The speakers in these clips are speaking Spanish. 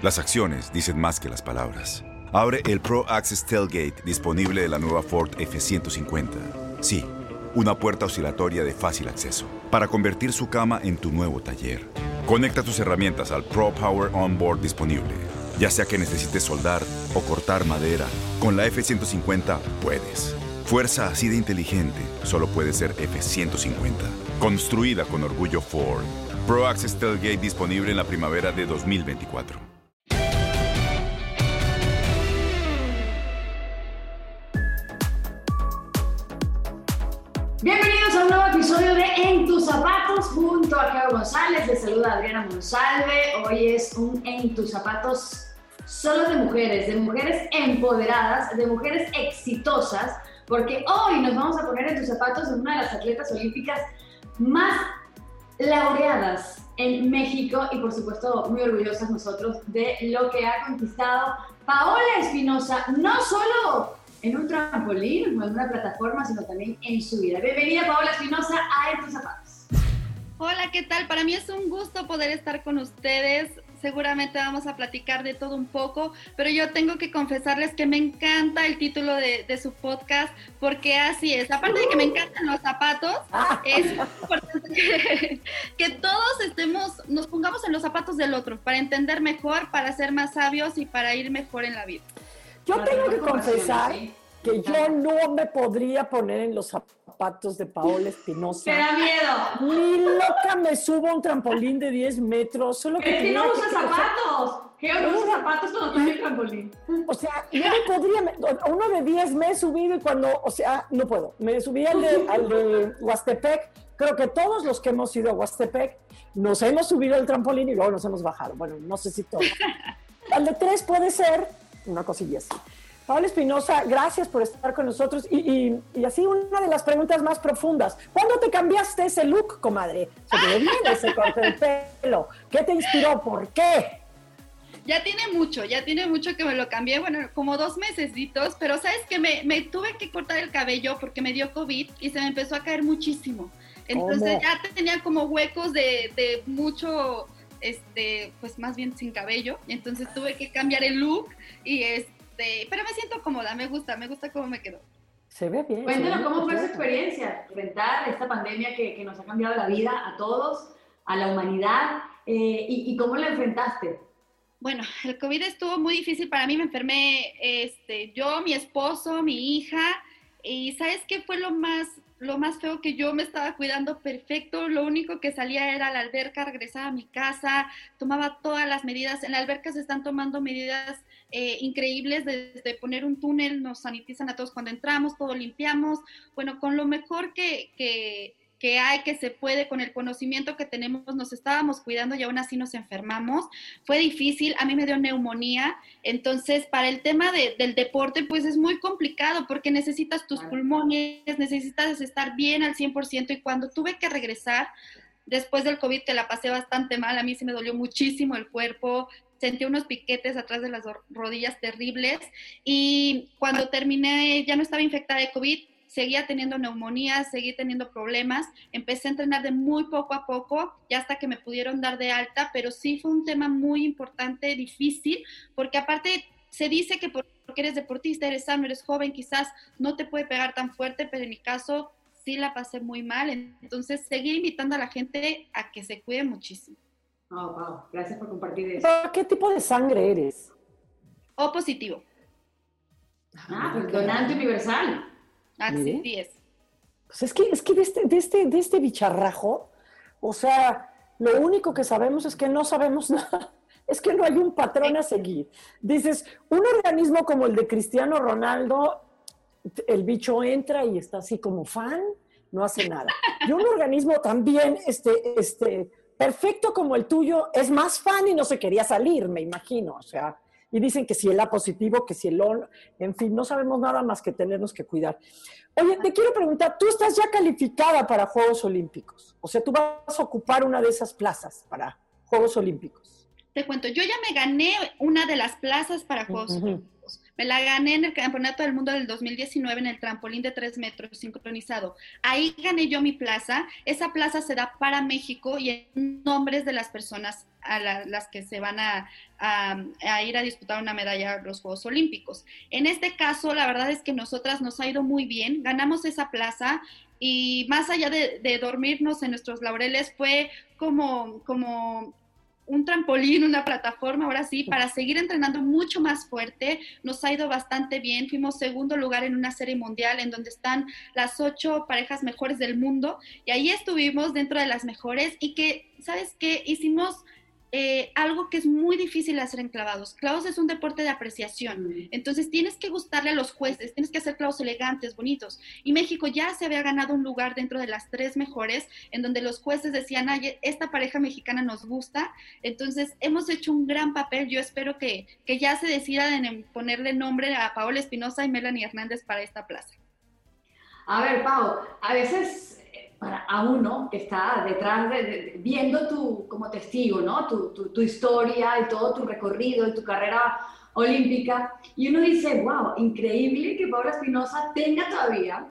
Las acciones dicen más que las palabras. Abre el Pro Access Tailgate disponible de la nueva Ford F-150. Sí, una puerta oscilatoria de fácil acceso para convertir su cama en tu nuevo taller. Conecta tus herramientas al Pro Power Onboard disponible. Ya sea que necesites soldar o cortar madera, con la F-150 puedes. Fuerza así de inteligente solo puede ser F-150. Construida con orgullo Ford. Pro Access Tailgate disponible en la primavera de 2024. Bienvenidos a un nuevo episodio de En tus zapatos junto a Caro González. Les saluda Adriana Monsalve. Hoy es un En tus zapatos solo de mujeres empoderadas, de mujeres exitosas, porque hoy nos vamos a poner en tus zapatos de una de las atletas olímpicas más laureadas en México y por supuesto muy orgullosas nosotros de lo que ha conquistado Paola Espinosa, no solo en un trampolín o en una plataforma, sino también en su vida. Bienvenida, Paola Espinosa, a En tus zapatos. Hola, ¿qué tal? Para mí es un gusto poder estar con ustedes. Seguramente vamos a platicar de todo un poco, pero yo tengo que confesarles que me encanta el título de su podcast, porque así es. Aparte de que me encantan los zapatos, es importante que todos nos pongamos en los zapatos del otro, para entender mejor, para ser más sabios y para ir mejor en la vida. Yo tengo que confesar que yo no me podría poner en los zapatos de Paola Espinosa. ¡Me da miedo! Ni loca me subo a un trampolín de 10 metros. Solo que ¿Qué no usas zapatos? ¿Qué no usas zapatos cuando estás en el trampolín? O sea, yo no podría, uno de 10 me he subido y no puedo. Me subí al de Huastepec. Creo que todos los que hemos ido a Huastepec nos hemos subido al trampolín y luego nos hemos bajado. Bueno, no sé si todos. Al de 3 puede ser una cosilla así. Paola Espinosa, gracias por estar con nosotros y así una de las preguntas más profundas. ¿Cuándo te cambiaste ese look, comadre? Se te ve bien ese corte de pelo. ¿Qué te inspiró? ¿Por qué? Ya tiene mucho que me lo cambié, bueno, como 2 mesecitos, pero ¿sabes qué? Me tuve que cortar el cabello porque me dio COVID y se me empezó a caer muchísimo. Entonces ya tenía como huecos de mucho, pues más bien sin cabello, entonces tuve que cambiar el look y pero me siento cómoda, me gusta cómo me quedó. Se ve bien. Cuéntanos cómo fue esa experiencia, enfrentar esta pandemia que nos ha cambiado la vida a todos, a la humanidad, y cómo la enfrentaste. Bueno, el COVID estuvo muy difícil para mí, me enfermé yo, mi esposo, mi hija, y ¿sabes qué fue lo más feo? Que yo me estaba cuidando perfecto, lo único que salía era a la alberca, regresaba a mi casa, tomaba todas las medidas. En la alberca se están tomando medidas increíbles, desde poner un túnel, nos sanitizan a todos cuando entramos, todo limpiamos, bueno, con lo mejor que se puede, con el conocimiento que tenemos, nos estábamos cuidando y aún así nos enfermamos. Fue difícil, a mí me dio neumonía, entonces para el tema del deporte pues es muy complicado porque necesitas tus pulmones, necesitas estar bien al 100%, y cuando tuve que regresar después del COVID, que la pasé bastante mal, a mí sí me dolió muchísimo el cuerpo, sentí unos piquetes atrás de las rodillas terribles, y cuando terminé ya no estaba infectada de COVID, seguía teniendo neumonía, seguí teniendo problemas, empecé a entrenar de muy poco a poco, ya hasta que me pudieron dar de alta, pero sí fue un tema muy importante, difícil, porque aparte se dice que porque eres deportista, eres sano, eres joven, quizás no te puede pegar tan fuerte, pero en mi caso sí la pasé muy mal, entonces seguí invitando a la gente a que se cuide muchísimo. Oh, wow, gracias por compartir eso. ¿Qué tipo de sangre eres? O positivo. Pues donante universal. Así es. Pues es que de este bicharrajo, o sea, lo único que sabemos es que no sabemos nada. Es que no hay un patrón a seguir. Dices, un organismo como el de Cristiano Ronaldo, el bicho entra y está así como fan, no hace nada. Y un organismo también, perfecto como el tuyo, es más fan y no se quería salir, me imagino, o sea. Y dicen que si el A positivo, que si el O, en fin, no sabemos nada más que tenernos que cuidar. Oye, te quiero preguntar, tú estás ya calificada para Juegos Olímpicos, o sea, tú vas a ocupar una de esas plazas para Juegos Olímpicos. Te cuento, yo ya me gané una de las plazas para Juegos Olímpicos, Me la gané en el Campeonato del Mundo del 2019 en el trampolín de 3 metros sincronizado. Ahí gané yo mi plaza. Esa plaza se da para México y en nombres de las personas a las que se van a ir a disputar una medalla a los Juegos Olímpicos. En este caso, la verdad es que nosotras nos ha ido muy bien. Ganamos esa plaza y más allá de dormirnos en nuestros laureles, fue como un trampolín, una plataforma, ahora sí, para seguir entrenando mucho más fuerte. Nos ha ido bastante bien. Fuimos segundo lugar en una serie mundial en donde están las 8 parejas mejores del mundo y ahí estuvimos dentro de las mejores y que, ¿sabes qué? Hicimos algo que es muy difícil hacer en clavados. Clavados es un deporte de apreciación, entonces tienes que gustarle a los jueces, tienes que hacer clavos elegantes, bonitos, y México ya se había ganado un lugar dentro de las 3 mejores, en donde los jueces decían, ay, esta pareja mexicana nos gusta, entonces hemos hecho un gran papel. Yo espero que ya se decidan en ponerle nombre a Paola Espinosa y Melanie Hernández para esta plaza. A ver, Pau, a veces a uno que está detrás viendo como testigo, ¿no? Tu historia y todo tu recorrido y tu carrera olímpica, y uno dice, wow, increíble que Paola Espinosa tenga todavía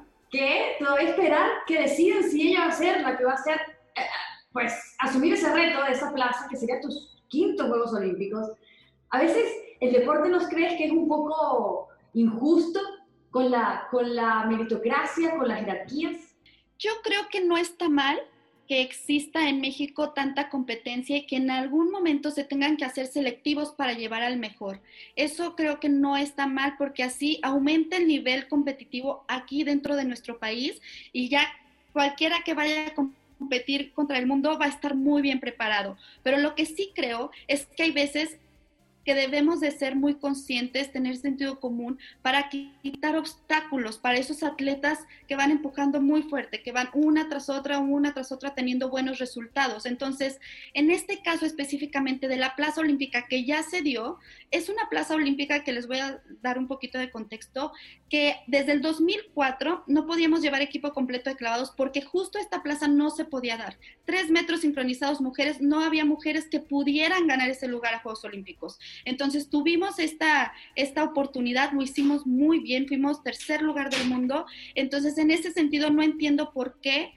esperar que decidan si ella va a ser la que va a ser, pues, asumir ese reto de esa plaza, que sería tus 5º Juegos Olímpicos. A veces el deporte, ¿nos crees que es un poco injusto con la meritocracia, con las jerarquías? Yo creo que no está mal que exista en México tanta competencia y que en algún momento se tengan que hacer selectivos para llevar al mejor. Eso creo que no está mal porque así aumenta el nivel competitivo aquí dentro de nuestro país y ya cualquiera que vaya a competir contra el mundo va a estar muy bien preparado. Pero lo que sí creo es que hay veces que debemos de ser muy conscientes, tener sentido común para quitar obstáculos para esos atletas que van empujando muy fuerte, que van una tras otra teniendo buenos resultados. Entonces, en este caso específicamente de la plaza olímpica que ya se dio, es una plaza olímpica que les voy a dar un poquito de contexto, que desde el 2004 no podíamos llevar equipo completo de clavados porque justo esta plaza no se podía dar. 3 metros sincronizados mujeres, no había mujeres que pudieran ganar ese lugar a Juegos Olímpicos. Entonces tuvimos esta oportunidad, lo hicimos muy bien, fuimos 3er lugar del mundo. Entonces en ese sentido no entiendo por qué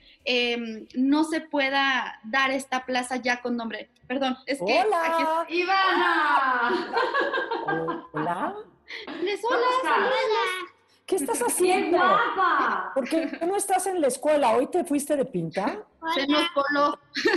no se pueda dar esta plaza ya con nombre. Perdón, es que... ¡Hola! Aquí... ¡Ivana! ¿Hola? Hola. ¿Qué estás ¡Qué haciendo? guapa! ¿Por qué no estás en la escuela? ¿Hoy te fuiste de pinta? Se nos coló.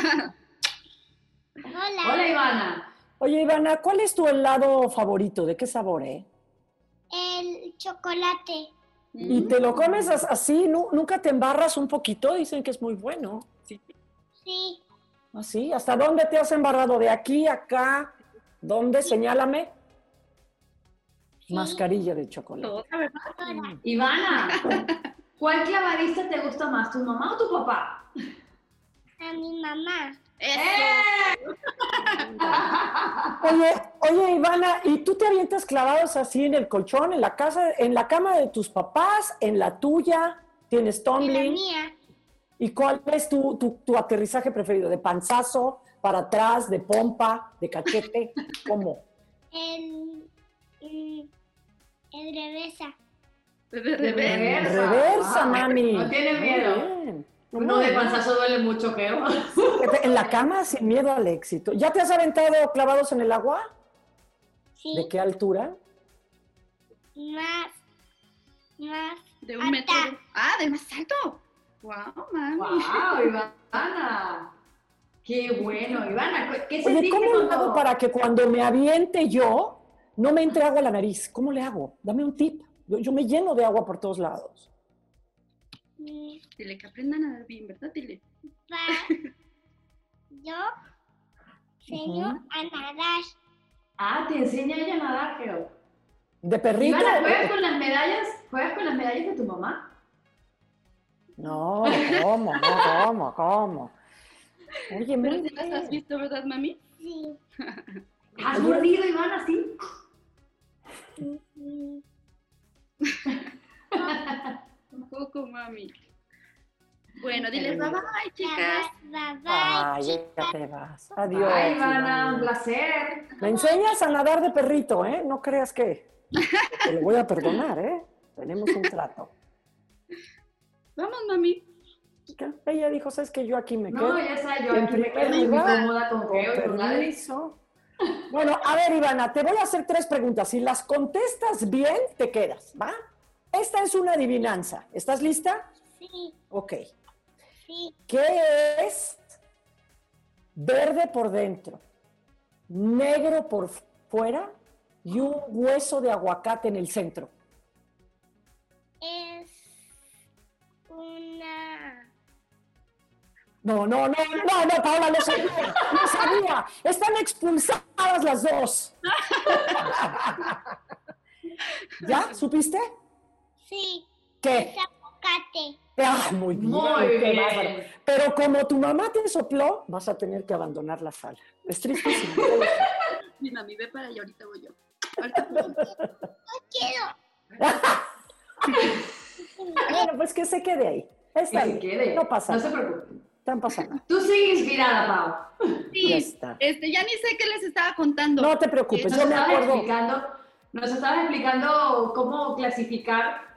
Hola, Ivana. Oye, Ivana, ¿cuál es tu helado favorito? ¿De qué sabor, El chocolate. ¿Y te lo comes así? ¿Nunca te embarras un poquito? Dicen que es muy bueno. Sí. ¿Así? ¿Hasta dónde te has embarrado? ¿De aquí, acá? ¿Dónde? Señálame. Sí. Mascarilla de chocolate. Toda, ¿verdad? Ivana, ¿cuál clavadista te gusta más, tu mamá o tu papá? A mi mamá. Oye, Ivana, ¿y tú te avientas clavados así en el colchón, en la casa, en la cama de tus papás, en la tuya? ¿Tienes Y la tumbling? mía. ¿Y cuál es tu aterrizaje preferido? ¿De panzazo, para atrás, de pompa, de cachete? ¿Cómo? El reversa. De Reversa, Wow. mami. No tiene miedo. Muy bien. Uno de panzazo duele mucho, creo. En la cama sin miedo al éxito. ¿Ya te has aventado clavados en el agua? Sí. ¿De qué altura? Más. De 1 metro. De más alto. Wow, mami. ¡Wow, Ivana! ¡Qué bueno! Ivana, ¿qué Oye, sentiste ¿cómo le cuando...? hago para que cuando me aviente yo no me entre agua a la nariz? ¿Cómo le hago? Dame un tip. Yo me lleno de agua por todos lados. Dile que aprendan a nadar bien, ¿verdad? Dile. Yo enseño a nadar. Ah, te enseña ella a nadar, creo. ¿De perrito? Ivana, ¿juegas con las medallas? ¿Juegas con las medallas de tu mamá? No, ¿cómo? Oye, muy Pero si las has bien. visto, ¿verdad, mami? Sí. ¿Has mordido, Ivana, sí? Un poco, mami. Bueno, diles bye bye, chicas. Bye, bye. Ay, ya te vas. Adiós. Ay, Ivana, Ivana. un placer. Me enseñas a nadar de perrito, ¿eh? No creas que te lo voy a perdonar, ¿eh? Tenemos un trato. Vamos, mami. ¿Qué? Ella dijo, ¿sabes qué? Yo aquí me quedo. No, ya está, yo En aquí me primer quedo muy lugar, cómoda con Geo y con Adri. permiso. Bueno, a ver, Ivana, te voy a hacer 3 preguntas. Si las contestas bien, te quedas, ¿va? Esta es una adivinanza. ¿Estás lista? Sí, Ok. sí. ¿Qué es verde por dentro, negro por fuera y un hueso de aguacate en el centro? Es una... No, Paola, lo sabía. Están expulsadas las dos. ¿Ya? ¿Supiste? Sí, ¿Qué? es aguacate. Ah, muy bien. Muy qué bien. bárbaro. Pero como tu mamá te sopló, vas a tener que abandonar la sala. Es tristísimo. Mi mami, ve para allá, ahorita voy yo. Ahorita voy. No quiero. Bueno, pues que se quede ahí. Está Que se bien. quede. No pasa No se nada. preocupen. No pasa nada. Tú sigue inspirada, Pau. Sí, Ya está. ya ni sé qué les estaba contando. No te preocupes, Nos yo me acuerdo. estabas explicando cómo clasificar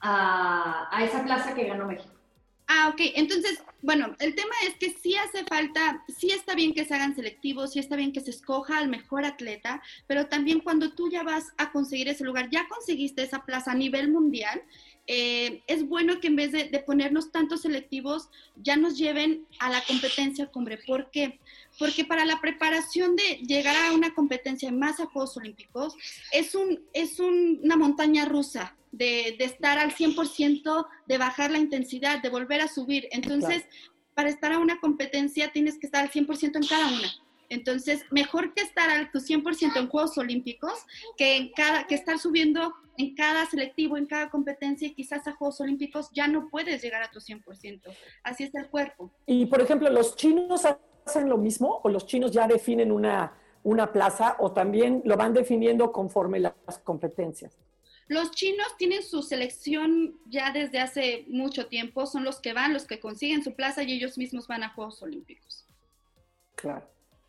a esa plaza que ganó México. Ah, ok. Entonces, bueno, el tema es que sí hace falta, sí está bien que se hagan selectivos, sí está bien que se escoja al mejor atleta, pero también cuando tú ya vas a conseguir ese lugar, ya conseguiste esa plaza a nivel mundial, es bueno que en vez de ponernos tantos selectivos, ya nos lleven a la competencia cumbre. ¿Por qué? Porque para la preparación de llegar a una competencia más a Juegos Olímpicos, es una montaña rusa de estar al 100%, de bajar la intensidad, de volver a subir. Entonces, para estar a una competencia tienes que estar al 100% en cada una. Entonces, mejor que estar al tu 100% en Juegos Olímpicos que estar subiendo en cada selectivo, en cada competencia, y quizás a Juegos Olímpicos ya no puedes llegar a tu 100%. Así es el cuerpo. Y, por ejemplo, ¿los chinos hacen lo mismo o los chinos ya definen una plaza o también lo van definiendo conforme las competencias? Los chinos tienen su selección ya desde hace mucho tiempo, son los que van, los que consiguen su plaza y ellos mismos van a Juegos Olímpicos. Claro.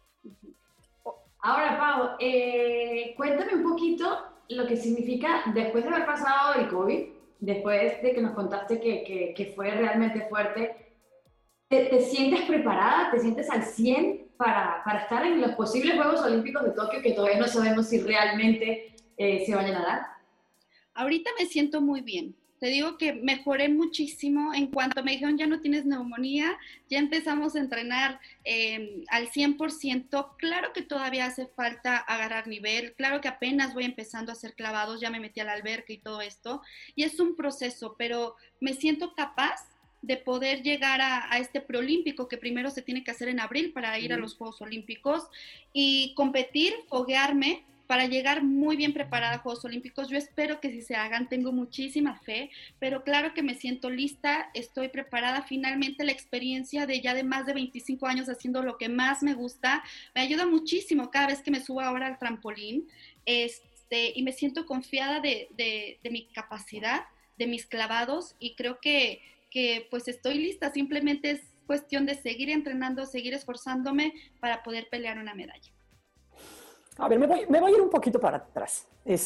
Ahora, Pau, cuéntame un poquito lo que significa después de haber pasado el COVID, después de que nos contaste que fue realmente fuerte, ¿te sientes preparada? ¿Te sientes al 100 para estar en los posibles Juegos Olímpicos de Tokio, que todavía no sabemos si realmente se vayan a dar? Ahorita me siento muy bien. Te digo que mejoré muchísimo. En cuanto me dijeron ya no tienes neumonía, ya empezamos a entrenar al 100%. Claro que todavía hace falta agarrar nivel. Claro que apenas voy empezando a hacer clavados. Ya me metí a la alberca y todo esto. Y es un proceso, pero me siento capaz de poder llegar a este preolímpico que primero se tiene que hacer en abril para ir a los Juegos Olímpicos y competir, foguearme, para llegar muy bien preparada a Juegos Olímpicos. Yo espero que sí se hagan, tengo muchísima fe, pero claro que me siento lista, estoy preparada. Finalmente la experiencia de ya de más de 25 años haciendo lo que más me gusta, me ayuda muchísimo cada vez que me subo ahora al trampolín, y me siento confiada de mi capacidad, de mis clavados, y creo que pues estoy lista. Simplemente es cuestión de seguir entrenando, seguir esforzándome para poder pelear una medalla. A ver, me voy a ir un poquito para atrás.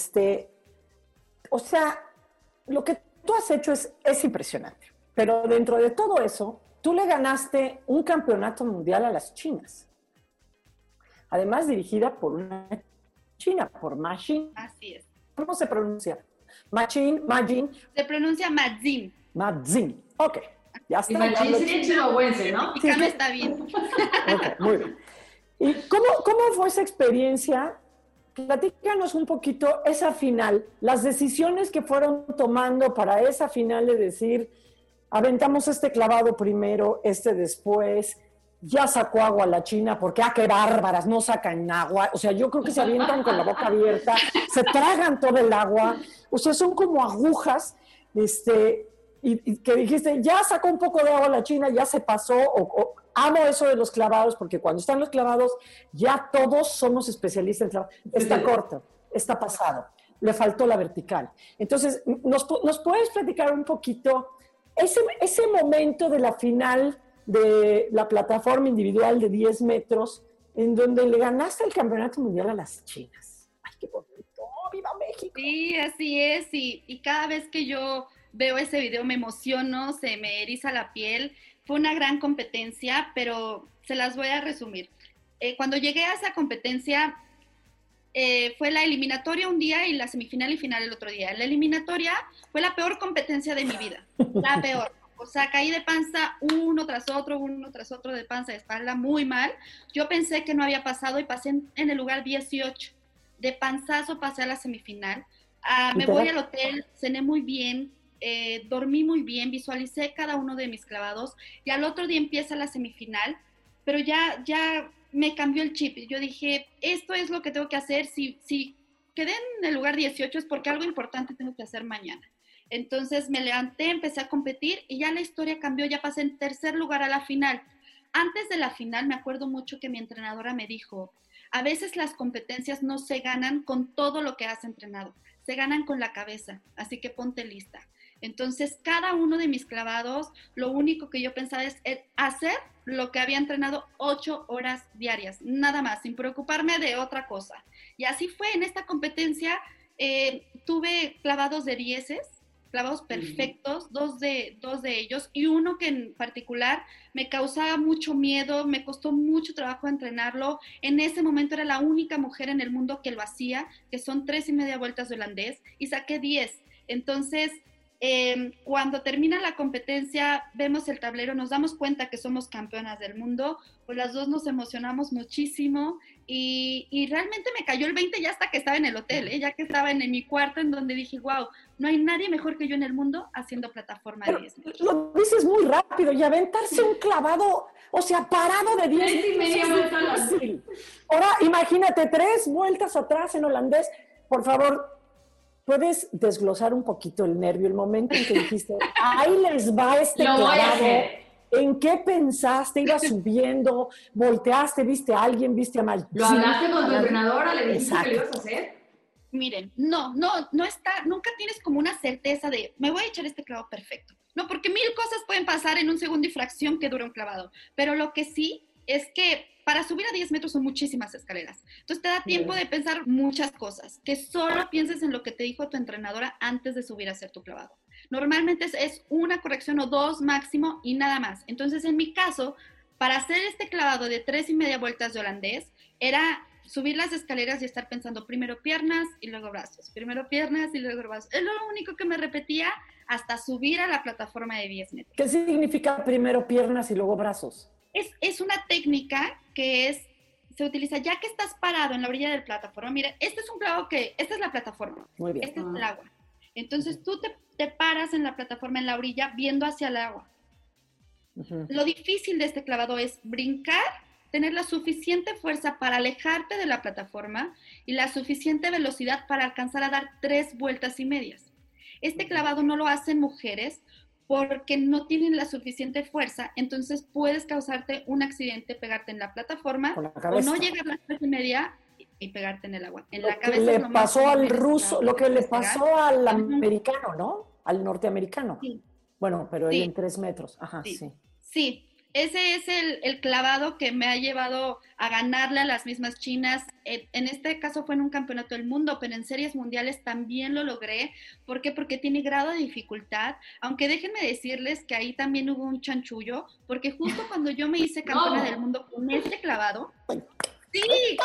O sea, lo que tú has hecho es impresionante. Pero dentro de todo eso, tú le ganaste un campeonato mundial a las chinas. Además, dirigida por una china, por Ma Jin. Así es. ¿Cómo se pronuncia? Ma Jin. Se pronuncia Madzin. Madzin. Ok, ya está. Y Machín sería chihuahuense, ¿no? Mexicano está bien. Ok, muy bien. ¿Y cómo fue esa experiencia? Platícanos un poquito esa final, las decisiones que fueron tomando para esa final de decir, aventamos este clavado primero, este después, ya sacó agua la china, porque qué bárbaras, no sacan agua. O sea, yo creo que se avientan con la boca abierta, se tragan todo el agua, o sea, son como agujas, y que dijiste, ya sacó un poco de agua la china, ya se pasó, amo eso de los clavados, porque cuando están los clavados, ya todos somos especialistas en clavados. Está corto, está pasado, le faltó la vertical. Entonces, ¿nos puedes platicar un poquito ese momento de la final de la plataforma individual de 10 metros, en donde le ganaste el campeonato mundial a las chinas. ¡Ay, qué bonito! ¡Viva México! Sí, así es, y cada vez que yo veo ese video me emociono, se me eriza la piel. Fue una gran competencia, pero se las voy a resumir. Cuando llegué a esa competencia, fue la eliminatoria un día y la semifinal y final el otro día. La eliminatoria fue la peor competencia de mi vida, la peor. O sea, caí de panza uno tras otro de panza, de espalda, muy mal. Yo pensé que no había pasado y pasé en el lugar 18. De panzazo pasé a la semifinal. Me voy al hotel, cené muy bien, dormí muy bien, visualicé cada uno de mis clavados y al otro día empieza la semifinal, pero ya me cambió el chip. Yo dije, esto es lo que tengo que hacer. Si quedé en el lugar 18 es porque algo importante tengo que hacer mañana. Entonces me levanté, empecé a competir y ya la historia cambió, ya pasé en tercer lugar a la final. Antes de la final me acuerdo mucho que mi entrenadora me dijo, a veces las competencias no se ganan con todo lo que has entrenado, se ganan con la cabeza, así que ponte lista. Entonces cada uno de mis clavados, lo único que yo pensaba es hacer lo que había entrenado 8 horas diarias, nada más, sin preocuparme de otra cosa. Y así fue en esta competencia, tuve clavados de 10, clavados perfectos, dos de ellos, y uno que en particular me causaba mucho miedo, me costó mucho trabajo entrenarlo. En ese momento era la única mujer en el mundo que lo hacía, que son 3.5 vueltas de holandés, y saqué 10. Entonces, cuando termina la competencia, vemos el tablero, nos damos cuenta que somos campeonas del mundo, pues las dos nos emocionamos muchísimo y realmente me cayó el 20 ya hasta que estaba en el hotel, ya que estaba en mi cuarto, en donde dije, wow, no hay nadie mejor que yo en el mundo haciendo plataforma de 10 metros. Lo dices muy rápido y aventarse un clavado, o sea, parado de 10 metros es difícil. Ahora, imagínate, 3 vueltas atrás en holandés. Por favor, ¿puedes desglosar un poquito el nervio, el momento en que dijiste, ahí les va este clavado? ¿En qué pensaste? ¿Ibas subiendo? ¿Volteaste? ¿Viste a alguien? ¿Viste a Mal? ¿Lo hablaste con tu entrenadora? ¿Le dijiste que lo ibas a hacer? Miren, no está, nunca tienes como una certeza de, me voy a echar este clavo perfecto. No, porque 1000 cosas pueden pasar en un segundo y fracción que dura un clavado. Pero lo que sí es que para subir a 10 metros son muchísimas escaleras. Entonces te da tiempo de pensar muchas cosas, que solo pienses en lo que te dijo tu entrenadora antes de subir a hacer tu clavado. Normalmente es una corrección o 2 máximo y nada más. Entonces en mi caso, para hacer este clavado de 3.5 vueltas de holandés, era subir las escaleras y estar pensando primero piernas y luego brazos, primero piernas y luego brazos. Es lo único que me repetía hasta subir a la plataforma de 10 metros. ¿Qué significa primero piernas y luego brazos? Es una técnica que se utiliza ya que estás parado en la orilla de la plataforma. Mira, este es un clavo esta es la plataforma. Muy bien. Este es el agua. Entonces tú te paras en la plataforma, en la orilla, viendo hacia el agua. Lo difícil de este clavado es brincar, tener la suficiente fuerza para alejarte de la plataforma y la suficiente velocidad para alcanzar a dar 3 vueltas y medias. Este clavado no lo hacen mujeres porque no tienen la suficiente fuerza, entonces puedes causarte un accidente, pegarte en la plataforma o no llegar a las 3 y media y pegarte en el agua. En la cabeza le pasó al ruso, lo que le pasó al americano, ¿no? Al norteamericano. Sí. Bueno, pero él en 3 metros. Ajá, sí. Sí, ese es el clavado que me ha llevado a ganarle a las mismas chinas. En este caso fue en un campeonato del mundo, pero en series mundiales también lo logré. ¿Por qué? Porque tiene grado de dificultad. Aunque déjenme decirles que ahí también hubo un chanchullo, porque justo cuando yo me hice campeona del mundo con este clavado, sí,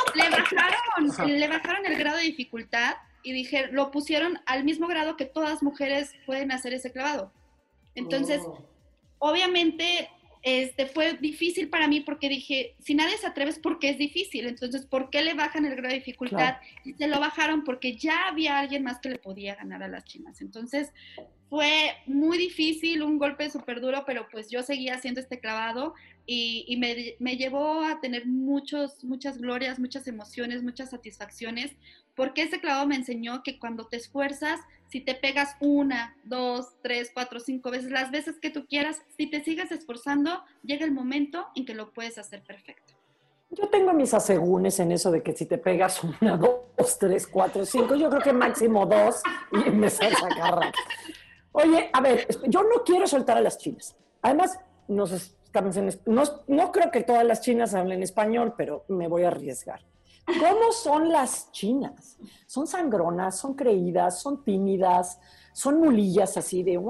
le bajaron el grado de dificultad y dije, lo pusieron al mismo grado que todas mujeres pueden hacer ese clavado. Entonces, obviamente, fue difícil para mí porque dije, si nadie se atreve es porque es difícil, entonces, ¿por qué le bajan el grado de dificultad? Claro. Y se lo bajaron porque ya había alguien más que le podía ganar a las chinas. Entonces, fue muy difícil, un golpe súper duro, pero pues yo seguía haciendo este clavado y me llevó a tener muchas glorias, muchas emociones, muchas satisfacciones, porque ese clavado me enseñó que cuando te esfuerzas, si te pegas 1, 2, 3, 4, 5 veces, las veces que tú quieras, si te sigues esforzando, llega el momento en que lo puedes hacer perfecto. Yo tengo mis asegúnes en eso de que si te pegas 1, 2, 3, 4, 5, yo creo que máximo 2 y empezar a sacar. Oye, a ver, yo no quiero soltar a las chinas. Además, no creo que todas las chinas hablen español, pero me voy a arriesgar. ¿Cómo son las chinas? ¿Son sangronas, son creídas, son tímidas, son mulillas así de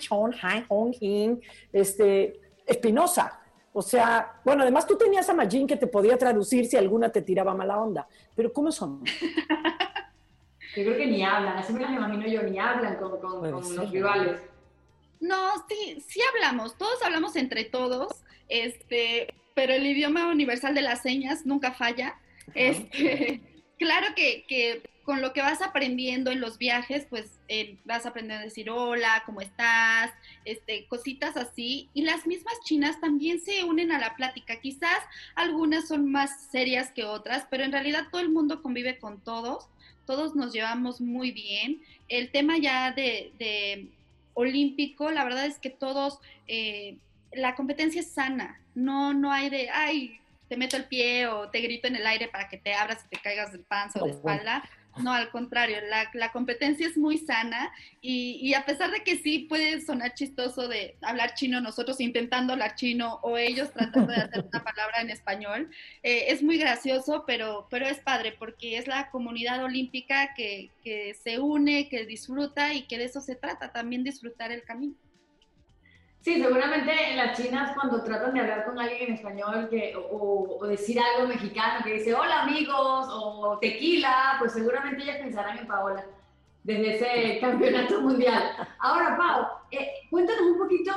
espinosa? O sea, bueno, además tú tenías a Majin que te podía traducir si alguna te tiraba mala onda, pero ¿cómo son? Yo creo que ni hablan, así me las imagino yo, ni hablan con los rivales. No, sí hablamos, todos hablamos entre todos, pero el idioma universal de las señas nunca falla. Claro que con lo que vas aprendiendo en los viajes, pues vas aprendiendo a decir hola, ¿cómo estás? Cositas así. Y las mismas chinas también se unen a la plática. Quizás algunas son más serias que otras, pero en realidad todo el mundo convive con todos. Todos nos llevamos muy bien. El tema ya de olímpico, la verdad es que todos, la competencia es sana. No hay de, ay, te meto el pie o te grito en el aire para que te abras y te caigas del panza o de espalda. No, al contrario, la competencia es muy sana y a pesar de que sí puede sonar chistoso de hablar chino, nosotros intentando hablar chino o ellos tratando de hacer una palabra en español, es muy gracioso, pero es padre porque es la comunidad olímpica que se une, que disfruta y que de eso se trata, también disfrutar el camino. Sí, seguramente en las chinas cuando tratan de hablar con alguien en español o decir algo mexicano que dice hola amigos o tequila, pues seguramente ellas pensarán en Paola desde ese campeonato mundial. Ahora, Pau, cuéntanos un poquito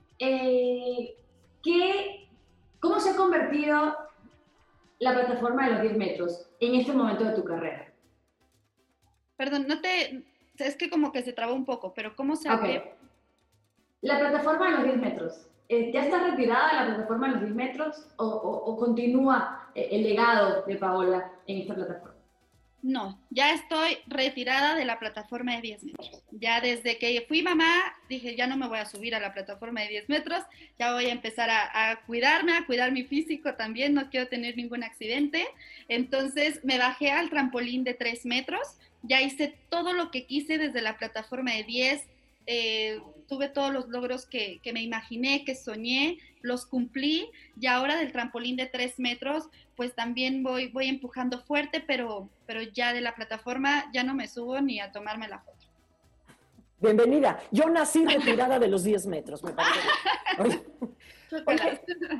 cómo se ha convertido la plataforma de los 10 metros en este momento de tu carrera. Perdón, es que como que se trabó un poco, pero ¿cómo se abre? La plataforma de los 10 metros, ¿ya está retirada la plataforma de los 10 metros o continúa el legado de Paola en esta plataforma? No, ya estoy retirada de la plataforma de 10 metros. Ya desde que fui mamá, dije, ya no me voy a subir a la plataforma de 10 metros, ya voy a empezar a cuidarme, a cuidar mi físico también, no quiero tener ningún accidente. Entonces me bajé al trampolín de 3 metros, ya hice todo lo que quise desde la plataforma de 10, tuve todos los logros que me imaginé, que soñé, los cumplí, y ahora del trampolín de 3 metros, pues también voy empujando fuerte, pero ya de la plataforma ya no me subo ni a tomarme la foto. Bienvenida. Yo nací retirada de los 10 metros, me parece. Oye,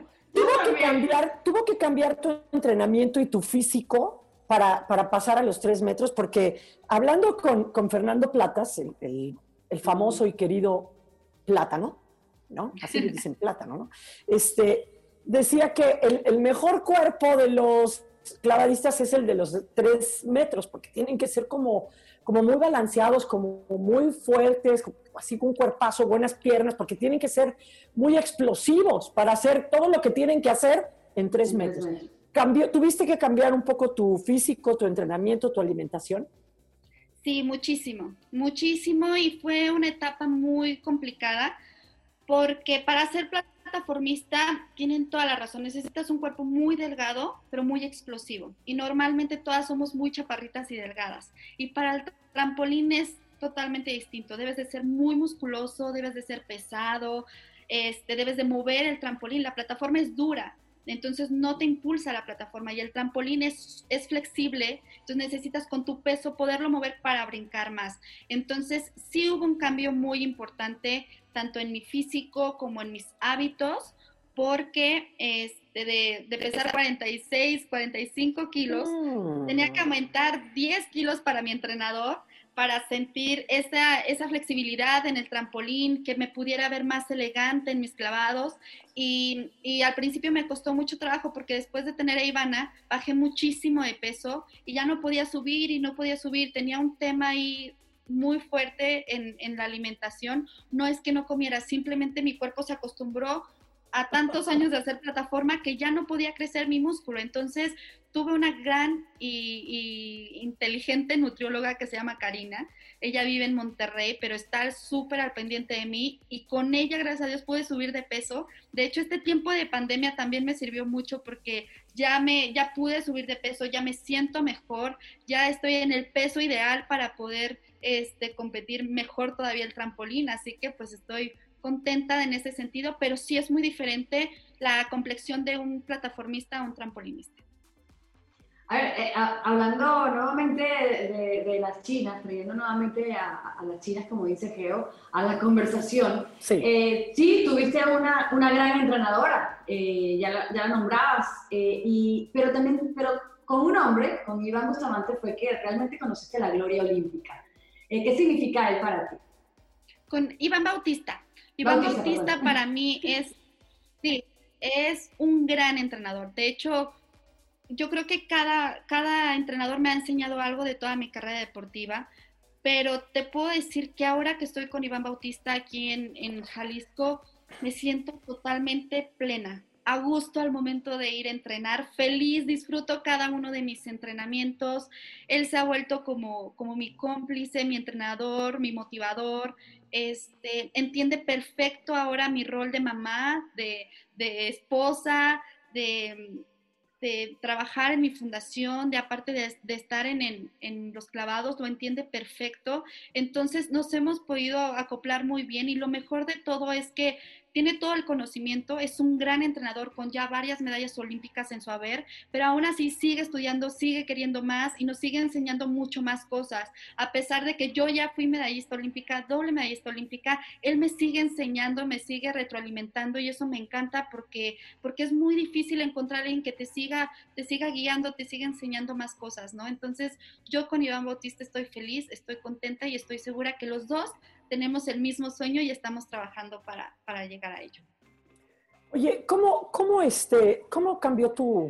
tuvo que cambiar tu entrenamiento y tu físico para pasar a los 3 metros, porque hablando con Fernando Platas, el famoso y querido Plátano, ¿no? Así le dicen Plátano, ¿no? Decía que el mejor cuerpo de los clavadistas es el de los 3 metros, porque tienen que ser como muy balanceados, como muy fuertes, así con un cuerpazo, buenas piernas, porque tienen que ser muy explosivos para hacer todo lo que tienen que hacer en 3 metros. ¿Tuviste que cambiar un poco tu físico, tu entrenamiento, tu alimentación? Sí, muchísimo, y fue una etapa muy complicada porque para ser plataformista tienen toda la razón, necesitas un cuerpo muy delgado pero muy explosivo y normalmente todas somos muy chaparritas y delgadas y para el trampolín es totalmente distinto, debes de ser muy musculoso, debes de ser pesado, debes de mover el trampolín, la plataforma es dura. Entonces no te impulsa la plataforma y el trampolín es flexible, entonces necesitas con tu peso poderlo mover para brincar más. Entonces sí hubo un cambio muy importante tanto en mi físico como en mis hábitos, porque de pesar 46, 45 kilos, tenía que aumentar 10 kilos para mi entrenador, para sentir esa flexibilidad en el trampolín, que me pudiera ver más elegante en mis clavados. Y al principio me costó mucho trabajo porque después de tener a Ivana bajé muchísimo de peso y ya no podía subir y no podía subir. Tenía un tema ahí muy fuerte en la alimentación. No es que no comiera, simplemente mi cuerpo se acostumbró a tantos años de hacer plataforma que ya no podía crecer mi músculo. Entonces tuve una gran y inteligente nutrióloga que se llama Karina. Ella vive en Monterrey, pero está súper al pendiente de mí y con ella, gracias a Dios, pude subir de peso. De hecho, este tiempo de pandemia también me sirvió mucho porque ya pude subir de peso, ya me siento mejor, ya estoy en el peso ideal para poder competir mejor todavía el trampolín, así que pues estoy contenta en ese sentido, pero sí es muy diferente la complexión de un plataformista a un trampolinista. A ver, hablando nuevamente de las chinas, trayendo nuevamente a las chinas, como dice Geo, a la conversación. Sí. Sí, tuviste una gran entrenadora, ya la nombrabas, pero con un hombre, con Iván Bustamante, fue que realmente conociste la gloria olímpica. ¿Qué significa él para ti? Con Iván Bautista. Iván Bautista para mí es un gran entrenador. De hecho, yo creo que cada entrenador me ha enseñado algo de toda mi carrera deportiva, pero te puedo decir que ahora que estoy con Iván Bautista aquí en Jalisco, me siento totalmente plena, a gusto al momento de ir a entrenar, feliz, disfruto cada uno de mis entrenamientos. Él se ha vuelto como mi cómplice, mi entrenador, mi motivador. Entiende perfecto ahora mi rol de mamá, de esposa, de trabajar en mi fundación, aparte de estar en los clavados, lo entiende perfecto. Entonces nos hemos podido acoplar muy bien y lo mejor de todo es que tiene todo el conocimiento, es un gran entrenador con ya varias medallas olímpicas en su haber, pero aún así sigue estudiando, sigue queriendo más y nos sigue enseñando mucho más cosas. A pesar de que yo ya fui medallista olímpica, doble medallista olímpica, él me sigue enseñando, me sigue retroalimentando y eso me encanta porque es muy difícil encontrar a alguien que te siga guiando, te siga enseñando más cosas, ¿no? Entonces yo con Iván Bautista estoy feliz, estoy contenta y estoy segura que los dos tenemos el mismo sueño y estamos trabajando para llegar a ello. Oye, ¿cómo cambió tu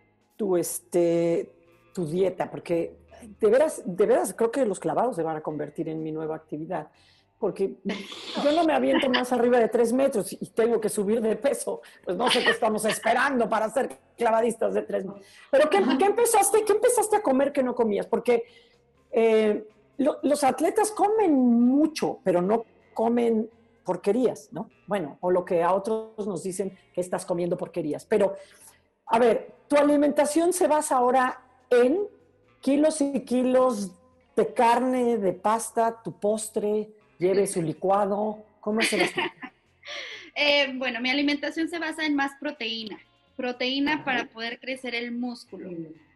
dieta? Porque de veras creo que los clavados se van a convertir en mi nueva actividad. Porque yo no me aviento más arriba de 3 metros y tengo que subir de peso. Pues no sé qué estamos esperando para ser clavadistas de 3 metros. Pero ¿qué empezaste a comer que no comías? Porque los atletas comen mucho, pero no comen porquerías, ¿no? Bueno, o lo que a otros nos dicen que estás comiendo porquerías. Pero, a ver, tu alimentación se basa ahora en kilos y kilos de carne, de pasta, tu postre, lleve su licuado. ¿Cómo se basa? Bueno, mi alimentación se basa en más proteína para poder crecer el músculo.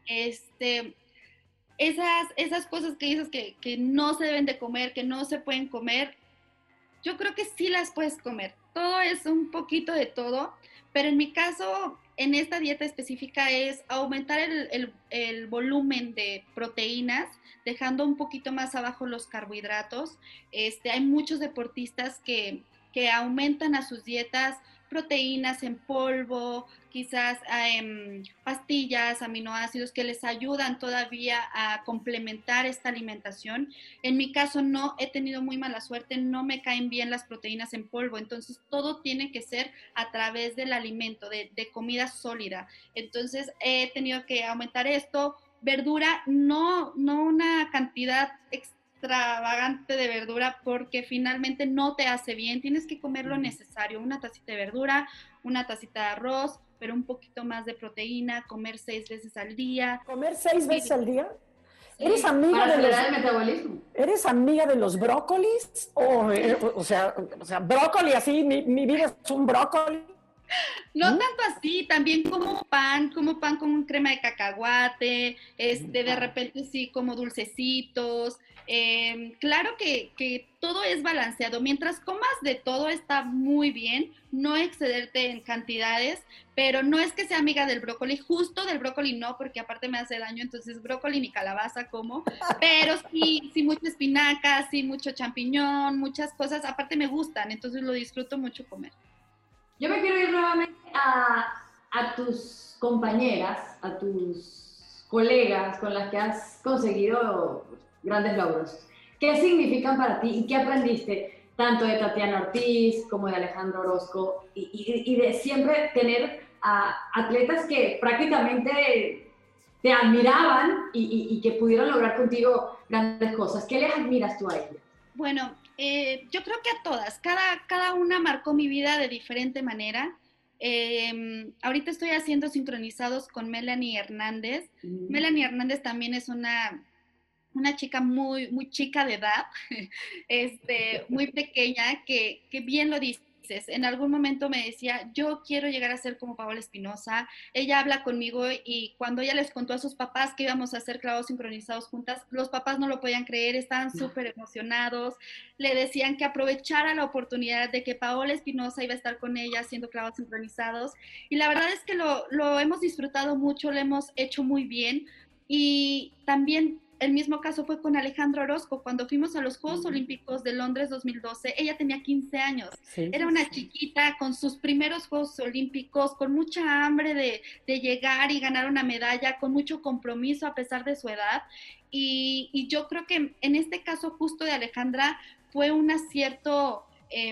Esas cosas que dices que no se deben de comer, que no se pueden comer, yo creo que sí las puedes comer. Todo es un poquito de todo, pero en mi caso, en esta dieta específica es aumentar el volumen de proteínas, dejando un poquito más abajo los carbohidratos. Hay muchos deportistas que aumentan a sus dietas proteínas en polvo, quizás pastillas, aminoácidos que les ayudan todavía a complementar esta alimentación. En mi caso no, he tenido muy mala suerte, no me caen bien las proteínas en polvo, entonces todo tiene que ser a través del alimento, de comida sólida. Entonces he tenido que aumentar esto, verdura, no una cantidad extravagante de verdura porque finalmente no te hace bien, tienes que comer lo necesario, una tacita de verdura, una tacita de arroz, pero un poquito más de proteína, comer 6 veces al día. ¿Comer 6 veces al día? Sí, ¿Eres amiga para de acelerar el metabolismo? ¿Eres amiga de los brócolis? O sea, brócoli así, mi vida es un brócoli. No tanto así, también como pan con crema de cacahuate, de repente sí como dulcecitos. Claro que todo es balanceado. Mientras comas de todo está muy bien, no excederte en cantidades, pero no es que sea amiga del brócoli, justo del brócoli no, porque aparte me hace daño, entonces brócoli ni calabaza como, pero sí mucha espinaca, sí mucho champiñón, muchas cosas, aparte me gustan, entonces lo disfruto mucho comer. Yo me quiero ir nuevamente a tus compañeras, a tus colegas con las que has conseguido grandes logros. ¿Qué significan para ti y qué aprendiste tanto de Tatiana Ortiz como de Alejandro Orozco, y de siempre tener a atletas que prácticamente te admiraban y que pudieron lograr contigo grandes cosas. ¿Qué les admiras tú a ellos? Bueno, yo creo que a todas, cada una marcó mi vida de diferente manera. Ahorita estoy haciendo sincronizados con Melanie Hernández. Melanie Hernández también es una chica muy chica de edad, muy pequeña, que bien lo dices. En algún momento me decía, yo quiero llegar a ser como Paola Espinosa. Ella habla conmigo y cuando ella les contó a sus papás que íbamos a hacer clavados sincronizados juntas, los papás no lo podían creer, estaban súper emocionados. Le decían que aprovechara la oportunidad de que Paola Espinosa iba a estar con ella haciendo clavados sincronizados. Y la verdad es que lo hemos disfrutado mucho, lo hemos hecho muy bien. Y también el mismo caso fue con Alejandro Orozco. Cuando fuimos a los Juegos Olímpicos de Londres 2012, ella tenía 15 años. Era una chiquita con sus primeros Juegos Olímpicos, con mucha hambre de llegar y ganar una medalla, con mucho compromiso a pesar de su edad. Y yo creo que en este caso justo de Alejandra fue un acierto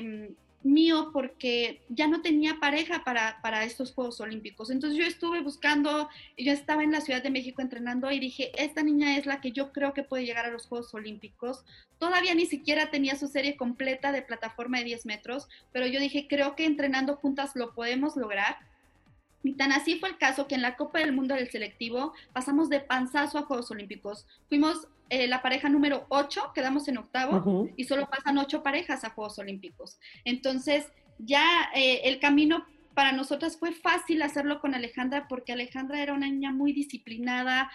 mío porque ya no tenía pareja para estos Juegos Olímpicos. Entonces yo estuve buscando, yo estaba en la Ciudad de México entrenando y dije, esta niña es la que yo creo que puede llegar a los Juegos Olímpicos. Todavía ni siquiera tenía su serie completa de plataforma de 10 metros, pero yo dije, creo que entrenando juntas lo podemos lograr. Y tan así fue el caso que en la Copa del Mundo del selectivo pasamos de panzazo a Juegos Olímpicos. Fuimos la pareja número 8, quedamos en octavo, y solo pasan 8 parejas a Juegos Olímpicos. Entonces ya el camino para nosotras fue fácil hacerlo con Alejandra porque Alejandra era una niña muy disciplinada,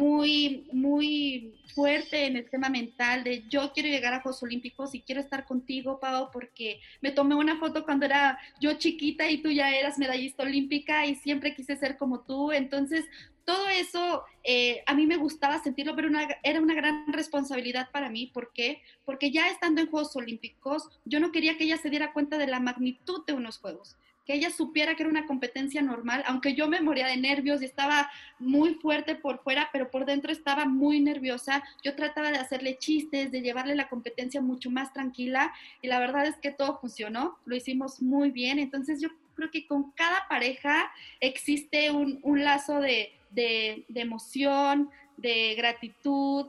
muy fuerte en el tema mental de yo quiero llegar a Juegos Olímpicos y quiero estar contigo, Pau, porque me tomé una foto cuando era yo chiquita y tú ya eras medallista olímpica y siempre quise ser como tú. Entonces todo eso a mí me gustaba sentirlo, pero era una gran responsabilidad para mí. ¿Por qué? Porque ya estando en Juegos Olímpicos, yo no quería que ella se diera cuenta de la magnitud de unos Juegos, que ella supiera que era una competencia normal, aunque yo me moría de nervios y estaba muy fuerte por fuera, pero por dentro estaba muy nerviosa. Yo trataba de hacerle chistes, de llevarle la competencia mucho más tranquila, y la verdad es que todo funcionó, lo hicimos muy bien. Entonces yo creo que con cada pareja existe un lazo de emoción, de gratitud,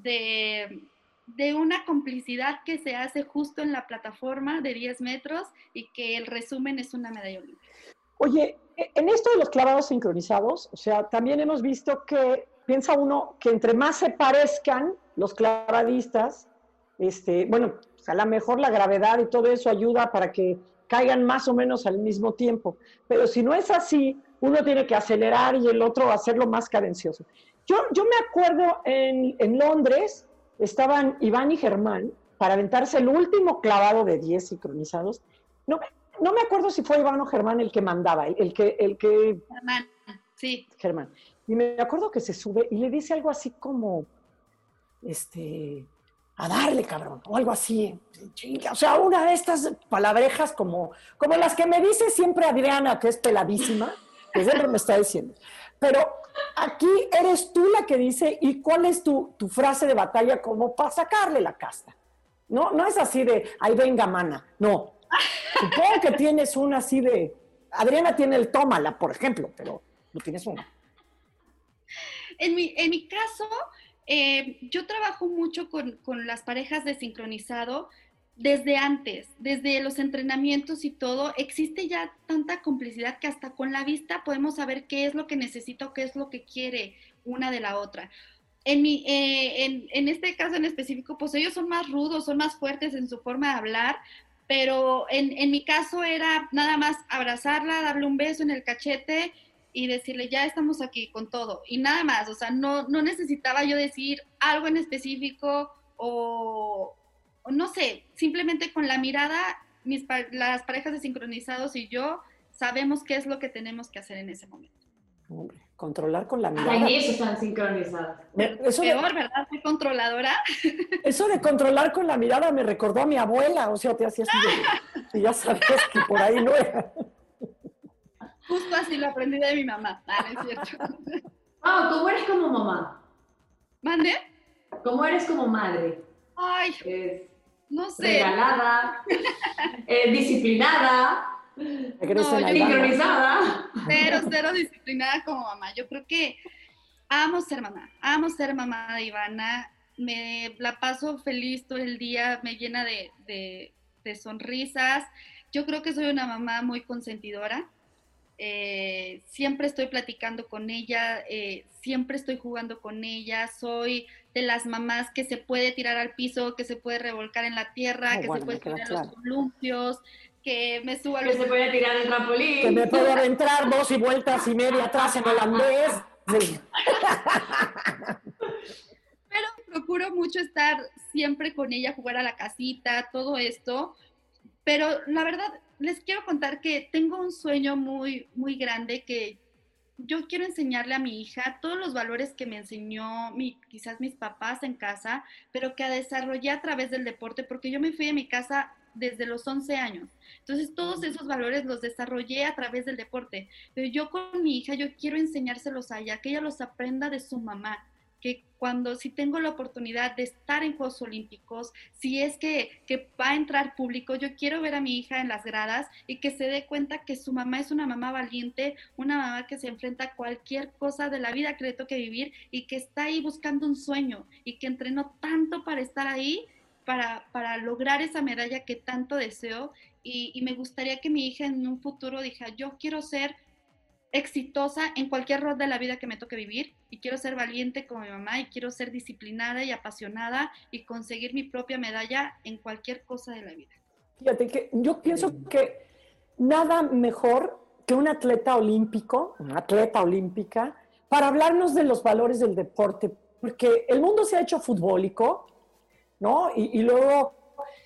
de una complicidad que se hace justo en la plataforma de 10 metros y que el resumen es una medalla olímpica. Oye, en esto de los clavados sincronizados, o sea, también hemos visto que piensa uno que entre más se parezcan los clavadistas, bueno, pues a lo mejor la gravedad y todo eso ayuda para que caigan más o menos al mismo tiempo. Pero si no es así, uno tiene que acelerar y el otro hacerlo más cadencioso. Yo me acuerdo en Londres, estaban Iván y Germán para aventarse el último clavado de 10 sincronizados. No me acuerdo si fue Iván o Germán el que mandaba, el que Germán, sí. Germán. Y me acuerdo que se sube y le dice algo así como, a darle, cabrón, o algo así. O sea, una de estas palabrejas como las que me dice siempre Adriana, que es peladísima, que siempre me está diciendo. Pero aquí eres tú la que dice, ¿y cuál es tu frase de batalla como para sacarle la casta? No es así de, ahí venga, mana. No. Supongo que tienes una así de, Adriana tiene el tómala, por ejemplo, pero no tienes una. En mi caso, yo trabajo mucho con las parejas de sincronizado desde antes, desde los entrenamientos y todo. Existe ya tanta complicidad que hasta con la vista podemos saber qué es lo que necesita o qué es lo que quiere una de la otra. En este caso en específico, pues ellos son más rudos, son más fuertes en su forma de hablar, pero en mi caso era nada más abrazarla, darle un beso en el cachete y decirle, ya estamos aquí con todo, y nada más. O sea, no necesitaba yo decir algo en específico o no sé, simplemente con la mirada, las parejas de sincronizados y yo sabemos qué es lo que tenemos que hacer en ese momento. Hombre, controlar con la mirada. En eso están sincronizados. Peor, ¿verdad? Soy controladora. Eso de controlar con la mirada me recordó a mi abuela, o sea, te hacías y ya sabías que por ahí no era. Justo así lo aprendí de mi mamá. No es cierto. ¿Cómo eres como mamá? ¿Mande? ¿Cómo eres como madre? Ay, No sé. regalada, disciplinada, Regresen al baño. sincronizada. Cero disciplinada como mamá. Yo creo que amo ser mamá de Ivana. Me la paso feliz todo el día, me llena de sonrisas. Yo creo que soy una mamá muy consentidora. Siempre estoy platicando con ella, siempre estoy jugando con ella. Soy de las mamás que se puede tirar al piso, que se puede revolcar en la tierra, que se puede subir en los columpios, que me suba a Que los... se puede tirar el trampolín. Que me puedo aventar 2 y vueltas y media atrás en holandés. Sí. Pero procuro mucho estar siempre con ella, jugar a la casita, todo esto. Pero la verdad, les quiero contar que tengo un sueño muy, muy grande que yo quiero enseñarle a mi hija todos los valores que me enseñó quizás mis papás en casa, pero que desarrollé a través del deporte, porque yo me fui de mi casa desde los 11 años. Entonces, todos esos valores los desarrollé a través del deporte. Pero yo con mi hija, yo quiero enseñárselos a ella, que ella los aprenda de su mamá, que si tengo la oportunidad de estar en Juegos Olímpicos, si es que va a entrar público, yo quiero ver a mi hija en las gradas y que se dé cuenta que su mamá es una mamá valiente, una mamá que se enfrenta a cualquier cosa de la vida que le toque vivir y que está ahí buscando un sueño y que entrenó tanto para estar ahí, para lograr esa medalla que tanto deseo. Y me gustaría que mi hija en un futuro dijera, yo quiero ser exitosa en cualquier rol de la vida que me toque vivir y quiero ser valiente como mi mamá y quiero ser disciplinada y apasionada y conseguir mi propia medalla en cualquier cosa de la vida. Fíjate que yo pienso que nada mejor que un atleta olímpico, una atleta olímpica, para hablarnos de los valores del deporte, porque el mundo se ha hecho futbólico, ¿no? Y luego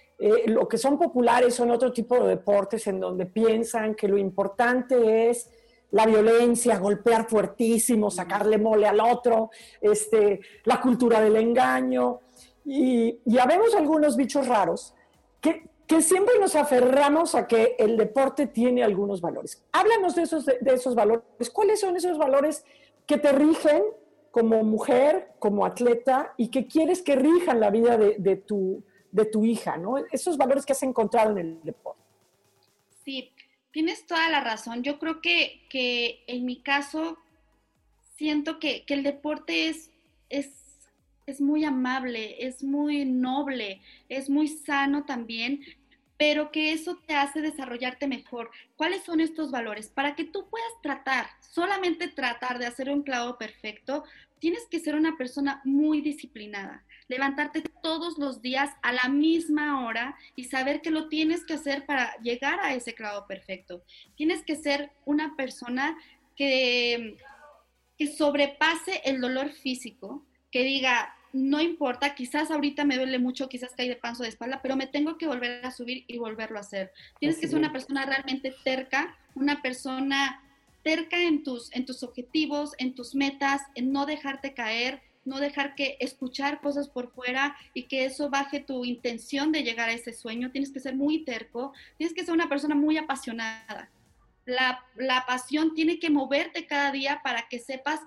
lo que son populares son otro tipo de deportes en donde piensan que lo importante es la violencia, golpear fuertísimo, sacarle mole al otro, la cultura del engaño. Y habemos algunos bichos raros que siempre nos aferramos a que el deporte tiene algunos valores. Háblanos de esos valores. ¿Cuáles son esos valores que te rigen como mujer, como atleta, y que quieres que rijan la vida de tu hija, ¿no? Esos valores que has encontrado en el deporte. Sí, tienes toda la razón. Yo creo que en mi caso siento que el deporte es muy amable, es muy noble, es muy sano también, pero que eso te hace desarrollarte mejor. ¿Cuáles son estos valores? Para que tú puedas solamente tratar de hacer un clavo perfecto, tienes que ser una persona muy disciplinada. Levantarte todos los días a la misma hora y saber que lo tienes que hacer para llegar a ese clavo perfecto. Tienes que ser una persona que sobrepase el dolor físico, que diga, no importa, quizás ahorita me duele mucho, quizás caí de panza o de espalda, pero me tengo que volver a subir y volverlo a hacer. Tienes que ser una persona realmente terca, una persona terca en tus objetivos, en tus metas, en no dejarte caer, no dejar que escuchar cosas por fuera y que eso baje tu intención de llegar a ese sueño. Tienes que ser muy terco, tienes que ser una persona muy apasionada. La pasión tiene que moverte cada día para que sepas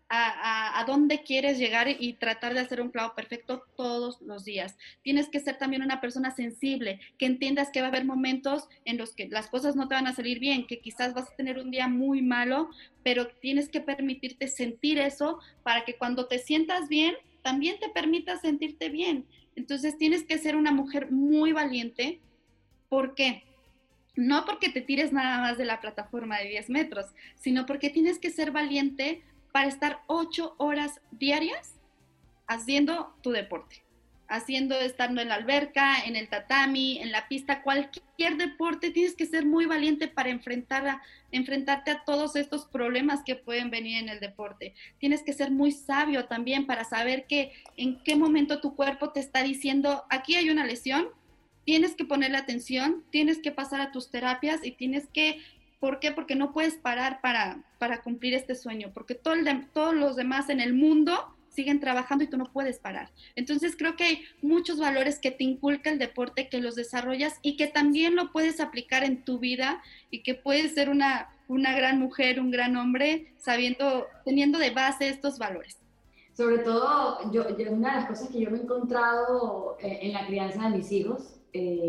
a dónde quieres llegar y tratar de hacer un clavo perfecto todos los días. Tienes que ser también una persona sensible, que entiendas que va a haber momentos en los que las cosas no te van a salir bien, que quizás vas a tener un día muy malo, pero tienes que permitirte sentir eso para que cuando te sientas bien, también te permitas sentirte bien. Entonces tienes que ser una mujer muy valiente. ¿Por qué? No porque te tires nada más de la plataforma de 10 metros, sino porque tienes que ser valiente para estar 8 horas diarias haciendo tu deporte, estando en la alberca, en el tatami, en la pista, cualquier deporte. Tienes que ser muy valiente para enfrentarte a todos estos problemas que pueden venir en el deporte. Tienes que ser muy sabio también para saber que en qué momento tu cuerpo te está diciendo, aquí hay una lesión, tienes que ponerle atención, tienes que pasar a tus terapias y tienes que... ¿Por qué? Porque no puedes parar para cumplir este sueño, porque todos los demás en el mundo siguen trabajando y tú no puedes parar. Entonces creo que hay muchos valores que te inculca el deporte, que los desarrollas y que también lo puedes aplicar en tu vida y que puedes ser una gran mujer, un gran hombre, teniendo de base estos valores. Sobre todo, una de las cosas que yo me he encontrado en la crianza de mis hijos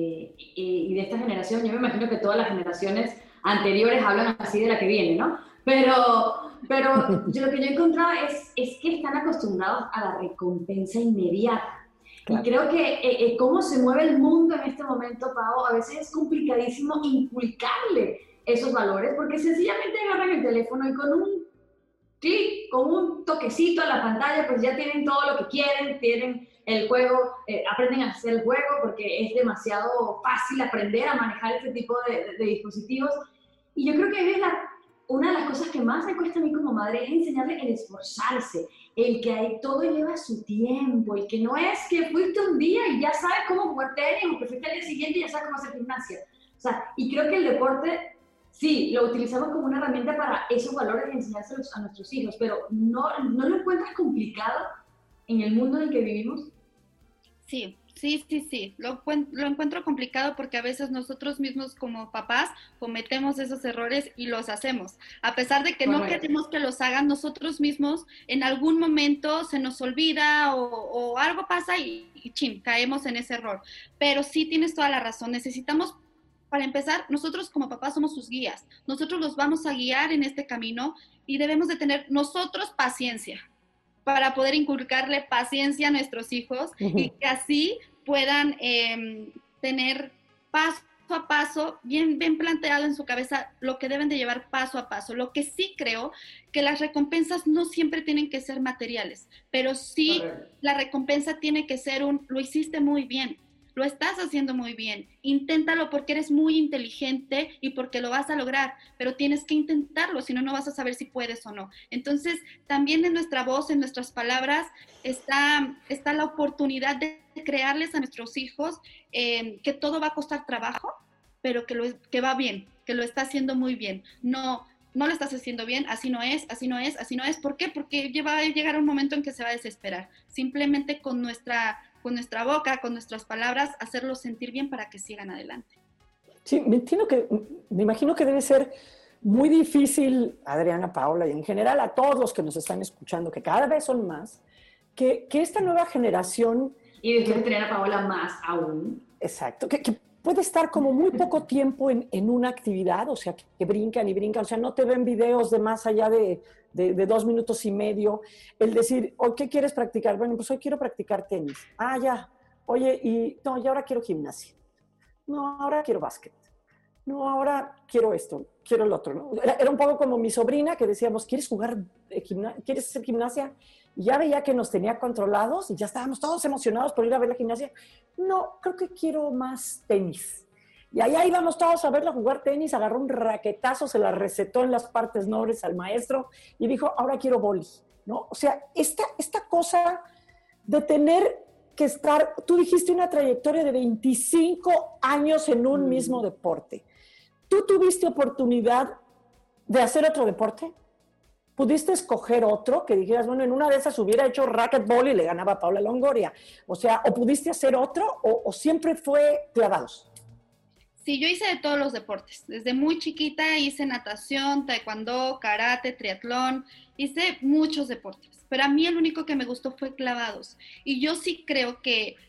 y de esta generación, yo me imagino que todas las generaciones anteriores hablan así de la que viene, ¿no? Pero yo, lo que yo he encontrado es que están acostumbrados a la recompensa inmediata. Claro. Y creo que cómo se mueve el mundo en este momento, Pau, a veces es complicadísimo inculcarle esos valores, porque sencillamente agarran el teléfono y con un clic, con un toquecito a la pantalla, pues ya tienen todo lo que quieren, tienen el juego, aprenden a hacer el juego, porque es demasiado fácil aprender a manejar este tipo de dispositivos. Y yo creo que una de las cosas que más me cuesta a mí como madre es enseñarle el esforzarse, el que todo lleva su tiempo, el que no es que fuiste un día y ya sabes cómo jugar tenis, o que fuiste al día siguiente y ya sabes cómo hacer gimnasia. O sea, y creo que el deporte, sí, lo utilizamos como una herramienta para esos valores y enseñárselos a nuestros hijos, pero ¿no lo encuentras complicado en el mundo en el que vivimos? Sí. Lo encuentro complicado porque a veces nosotros mismos como papás cometemos esos errores y los hacemos. A pesar de que no queremos que los hagan, nosotros mismos en algún momento se nos olvida o algo pasa y chin, caemos en ese error. Pero sí tienes toda la razón, necesitamos, para empezar, nosotros como papás somos sus guías. Nosotros los vamos a guiar en este camino y debemos de tener nosotros paciencia para poder inculcarle paciencia a nuestros hijos y que así puedan tener paso a paso, bien planteado en su cabeza lo que deben de llevar paso a paso. Lo que sí creo que las recompensas no siempre tienen que ser materiales, pero sí la recompensa tiene que ser lo hiciste muy bien. Lo estás haciendo muy bien, inténtalo porque eres muy inteligente y porque lo vas a lograr, pero tienes que intentarlo, si no, no vas a saber si puedes o no. Entonces, también en nuestra voz, en nuestras palabras, está la oportunidad de crearles a nuestros hijos que todo va a costar trabajo, pero que va bien, que lo está haciendo muy bien. No lo estás haciendo bien, así no es. ¿Por qué? Porque va a llegar un momento en que se va a desesperar. Simplemente con nuestra boca, con nuestras palabras, hacerlos sentir bien para que sigan adelante. Sí, me imagino que debe ser muy difícil, Adriana, Paola, y en general a todos los que nos están escuchando, que cada vez son más, que esta nueva generación... Y después Adriana, Paola, más aún. Exacto, que puede estar como muy poco tiempo en una actividad, o sea, que brincan y brincan, o sea, no te ven videos de más allá de 2 minutos y medio, el decir, hoy, ¿qué quieres practicar? Bueno, pues hoy quiero practicar tenis. Ah, ya. Oye, y ahora quiero gimnasia. No, ahora quiero básquet. No, ahora quiero esto, quiero el otro, ¿no? Era un poco como mi sobrina que decíamos, ¿quieres quieres hacer gimnasia? Y ya veía que nos tenía controlados y ya estábamos todos emocionados por ir a ver la gimnasia. No, creo que quiero más tenis. Y allá íbamos todos a verla jugar tenis, agarró un raquetazo, se la recetó en las partes nobles al maestro y dijo, ahora quiero boli, ¿no? O sea, esta cosa de tener que estar, tú dijiste una trayectoria de 25 años en un mismo deporte. ¿Tú tuviste oportunidad de hacer otro deporte? ¿Pudiste escoger otro que dijeras, bueno, en una de esas hubiera hecho racquetball y le ganaba a Paula Longoria? O sea, ¿o pudiste hacer otro o siempre fue clavados? Sí, yo hice de todos los deportes. Desde muy chiquita hice natación, taekwondo, karate, triatlón, hice muchos deportes. Pero a mí el único que me gustó fue clavados. Y yo sí creo que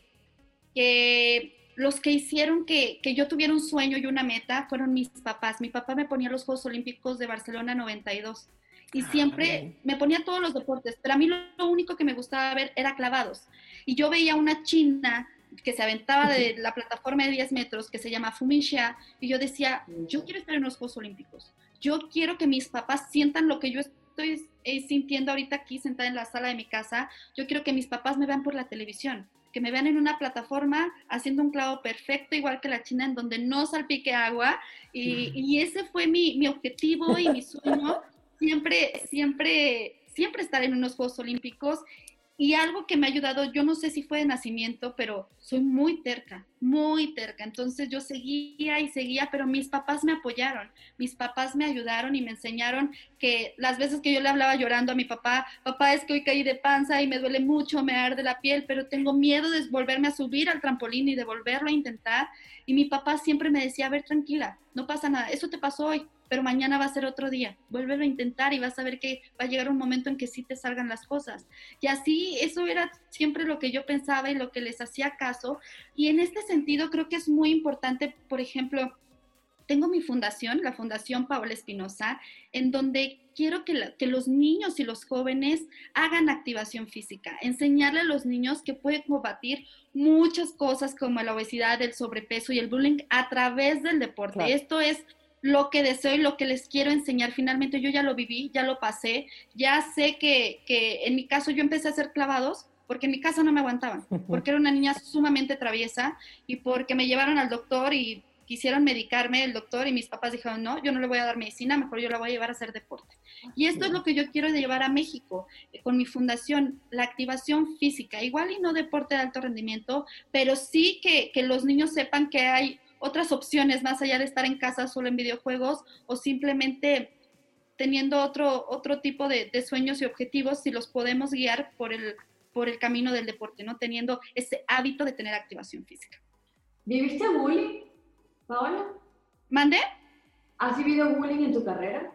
los que hicieron que yo tuviera un sueño y una meta fueron mis papás. Mi papá me ponía los Juegos Olímpicos de Barcelona 92 y siempre me ponía todos los deportes, pero a mí lo único que me gustaba ver era clavados. Y yo veía una china que se aventaba de la plataforma de 10 metros que se llama Fu Minxia y yo decía, yo quiero estar en los Juegos Olímpicos. Yo quiero que mis papás sientan lo que yo estoy sintiendo ahorita aquí sentada en la sala de mi casa. Yo quiero que mis papás me vean por la televisión, que me vean en una plataforma haciendo un clavo perfecto, igual que la china, en donde no salpique agua. Y ese fue mi objetivo y mi sueño, siempre estar en unos Juegos Olímpicos. Y algo que me ha ayudado, yo no sé si fue de nacimiento, pero soy muy terca. Entonces yo seguía, pero mis papás me apoyaron, mis papás me ayudaron y me enseñaron que las veces que yo le hablaba llorando a mi papá, es que hoy caí de panza y me duele mucho, me arde la piel, pero tengo miedo de volverme a subir al trampolín y de volverlo a intentar. Y mi papá siempre me decía, a ver, tranquila, no pasa nada, eso te pasó hoy, pero mañana va a ser otro día. Vuélvelo a intentar y vas a ver que va a llegar un momento en que sí te salgan las cosas. Y así, eso era siempre lo que yo pensaba y lo que les hacía caso. Y en este sentido creo que es muy importante, por ejemplo, tengo mi fundación, la Fundación Paola Espinosa, en donde quiero que los niños y los jóvenes hagan activación física, enseñarle a los niños que pueden combatir muchas cosas como la obesidad, el sobrepeso y el bullying a través del deporte. Claro. Esto es lo que deseo y lo que les quiero enseñar. Finalmente yo ya lo viví, ya lo pasé, ya sé que en mi caso yo empecé a hacer clavados porque en mi casa no me aguantaban, porque era una niña sumamente traviesa y porque me llevaron al doctor y quisieron medicarme el doctor y mis papás dijeron, no, yo no le voy a dar medicina, mejor yo la voy a llevar a hacer deporte. Y esto es lo que yo quiero llevar a México con mi fundación, la activación física, igual y no deporte de alto rendimiento, pero sí que los niños sepan que hay otras opciones más allá de estar en casa solo en videojuegos o simplemente teniendo otro tipo de sueños y objetivos si los podemos guiar por el camino del deporte, ¿no? Teniendo ese hábito de tener activación física. ¿Viviste bullying, Paola? ¿Mande? ¿Has vivido bullying en tu carrera?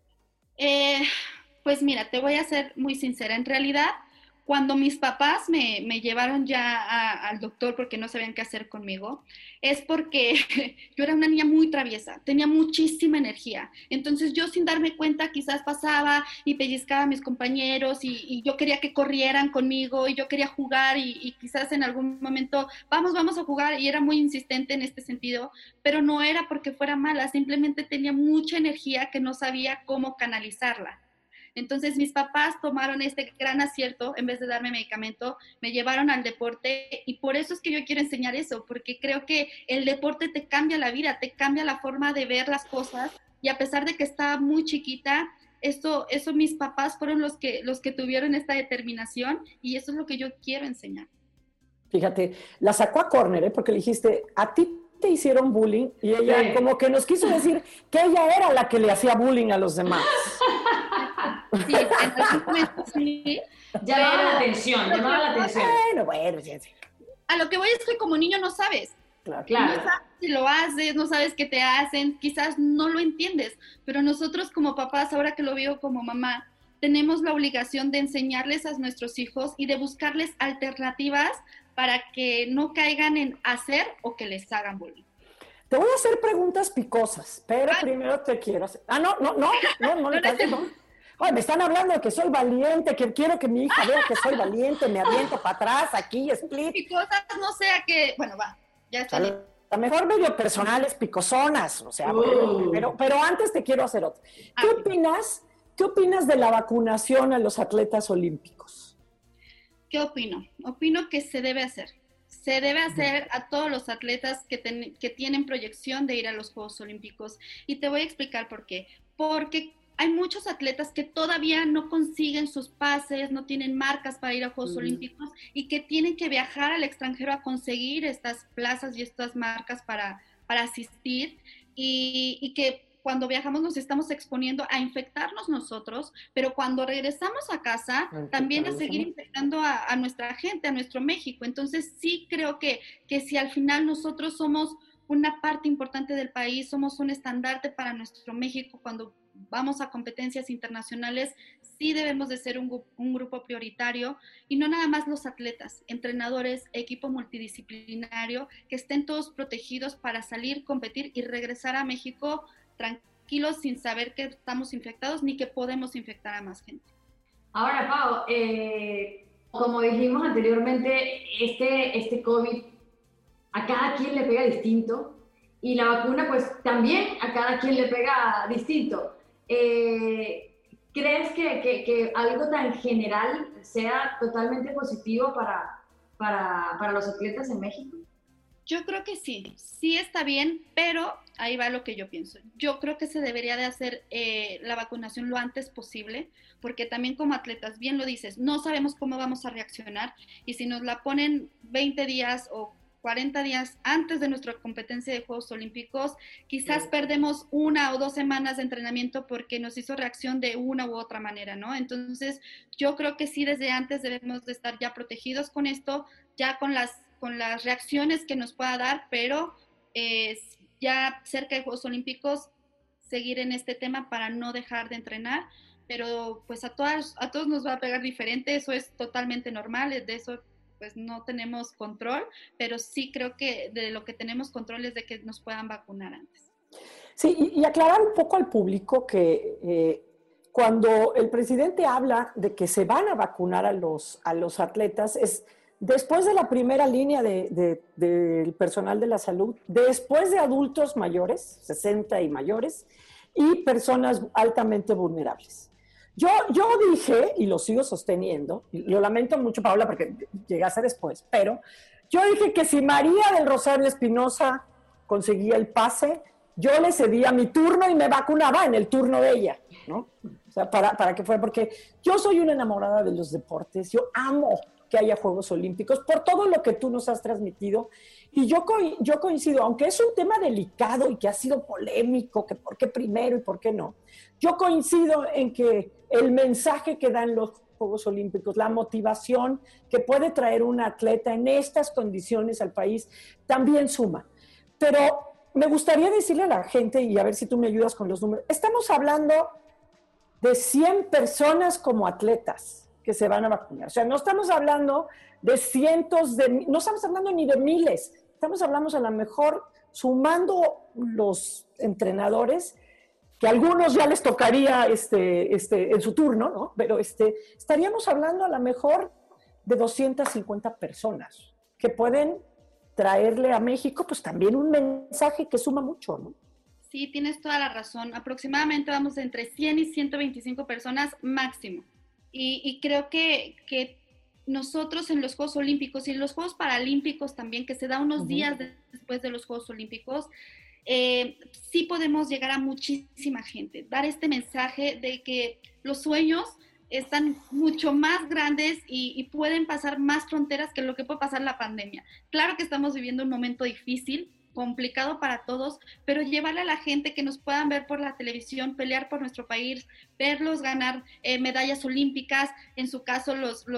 Pues mira, te voy a ser muy sincera. En realidad, cuando mis papás me llevaron ya al doctor porque no sabían qué hacer conmigo, es porque yo era una niña muy traviesa, tenía muchísima energía. Entonces yo sin darme cuenta quizás pasaba y pellizcaba a mis compañeros y yo quería que corrieran conmigo y yo quería jugar y quizás en algún momento, vamos a jugar, y era muy insistente en este sentido, pero no era porque fuera mala, simplemente tenía mucha energía que no sabía cómo canalizarla. Entonces mis papás tomaron este gran acierto, en vez de darme medicamento, me llevaron al deporte y por eso es que yo quiero enseñar eso, porque creo que el deporte te cambia la vida, te cambia la forma de ver las cosas y a pesar de que estaba muy chiquita, eso mis papás fueron los que tuvieron esta determinación y eso es lo que yo quiero enseñar. Fíjate, la sacó a córner, ¿eh? Porque le dijiste, a ti te hicieron bullying y ella como que nos quiso decir que ella era la que le hacía bullying a los demás. Sí, en algún momento sí. Llamaba la atención. Bueno, sí. A lo que voy es que como niño no sabes. Claro. No sabes si lo haces, no sabes qué te hacen, quizás no lo entiendes, pero nosotros como papás, ahora que lo veo como mamá, tenemos la obligación de enseñarles a nuestros hijos y de buscarles alternativas para que no caigan en hacer o que les hagan bullying. Te voy a hacer preguntas picosas, pero primero te quiero hacer... no le cantes, ¿no? Oye, me están hablando de que soy valiente, que quiero que mi hija vea que soy valiente, me aviento para atrás, aquí, split. Picosas, no sé a qué... Bueno, va, ya está. A lo mejor medio personales, picosonas, o sea, pero antes te quiero hacer otra. ¿Qué opinas de la vacunación a los atletas olímpicos? ¿Qué opino? Opino que se debe hacer. Se debe hacer a todos los atletas que tienen proyección de ir a los Juegos Olímpicos. Y te voy a explicar por qué. Porque hay muchos atletas que todavía no consiguen sus pases, no tienen marcas para ir a Juegos Olímpicos y que tienen que viajar al extranjero a conseguir estas plazas y estas marcas para asistir y que cuando viajamos nos estamos exponiendo a infectarnos nosotros, pero cuando regresamos a casa también a seguir infectando a nuestra gente, a nuestro México. Entonces sí creo que si al final nosotros somos una parte importante del país, somos un estandarte para nuestro México cuando vamos a competencias internacionales, sí debemos de ser un grupo prioritario y no nada más los atletas, entrenadores, equipo multidisciplinario, que estén todos protegidos para salir, competir y regresar a México tranquilos sin saber que estamos infectados ni que podemos infectar a más gente. Ahora, Pau, como dijimos anteriormente, este COVID a cada quien le pega distinto y la vacuna pues también a cada quien le pega distinto. ¿Crees que algo tan general sea totalmente positivo para los atletas en México? Yo creo que sí está bien, pero ahí va lo que yo pienso. Yo creo que se debería de hacer la vacunación lo antes posible, porque también como atletas, bien lo dices, no sabemos cómo vamos a reaccionar y si nos la ponen 20 días o 40 días antes de nuestra competencia de Juegos Olímpicos, quizás perdemos 1 o 2 semanas de entrenamiento porque nos hizo reacción de una u otra manera, ¿no? Entonces, yo creo que sí desde antes debemos de estar ya protegidos con esto, ya con las reacciones que nos pueda dar, pero ya cerca de Juegos Olímpicos seguir en este tema para no dejar de entrenar, pero pues a todos nos va a pegar diferente, eso es totalmente normal, de eso pues no tenemos control, pero sí creo que de lo que tenemos control es de que nos puedan vacunar antes. Sí, y aclarar un poco al público que cuando el presidente habla de que se van a vacunar a los atletas, es después de la primera línea del personal de la salud, después de adultos mayores, 60 y mayores, y personas altamente vulnerables. Yo dije, y lo sigo sosteniendo, y lo lamento mucho, Paola, porque llegase después, pero yo dije que si María del Rosario Espinosa conseguía el pase, yo le cedía mi turno y me vacunaba en el turno de ella, ¿no? O sea, para que fuera, porque yo soy una enamorada de los deportes, yo amo que haya Juegos Olímpicos por todo lo que tú nos has transmitido, y yo coincido, aunque es un tema delicado y que ha sido polémico, que por qué primero y por qué no, yo coincido en que el mensaje que dan los Juegos Olímpicos, la motivación que puede traer un atleta en estas condiciones al país, también suma. Pero me gustaría decirle a la gente, y a ver si tú me ayudas con los números, estamos hablando de 100 personas como atletas que se van a vacunar. O sea, no estamos hablando de cientos no estamos hablando ni de miles, estamos hablando a lo mejor sumando los entrenadores, que a algunos ya les tocaría en su turno, ¿no? Pero estaríamos hablando a lo mejor de 250 personas que pueden traerle a México pues también un mensaje que suma mucho, ¿no? Sí, tienes toda la razón. Aproximadamente vamos entre 100 y 125 personas máximo. Y creo que nosotros en los Juegos Olímpicos y en los Juegos Paralímpicos también, que se da unos días después de los Juegos Olímpicos, sí podemos llegar a muchísima gente, dar este mensaje de que los sueños están mucho más grandes y pueden pasar más fronteras que lo que puede pasar la pandemia. Claro que estamos viviendo un momento difícil, complicado para todos, pero llevarle a la gente que nos puedan ver por la televisión, pelear por nuestro país, verlos ganar medallas olímpicas, en su caso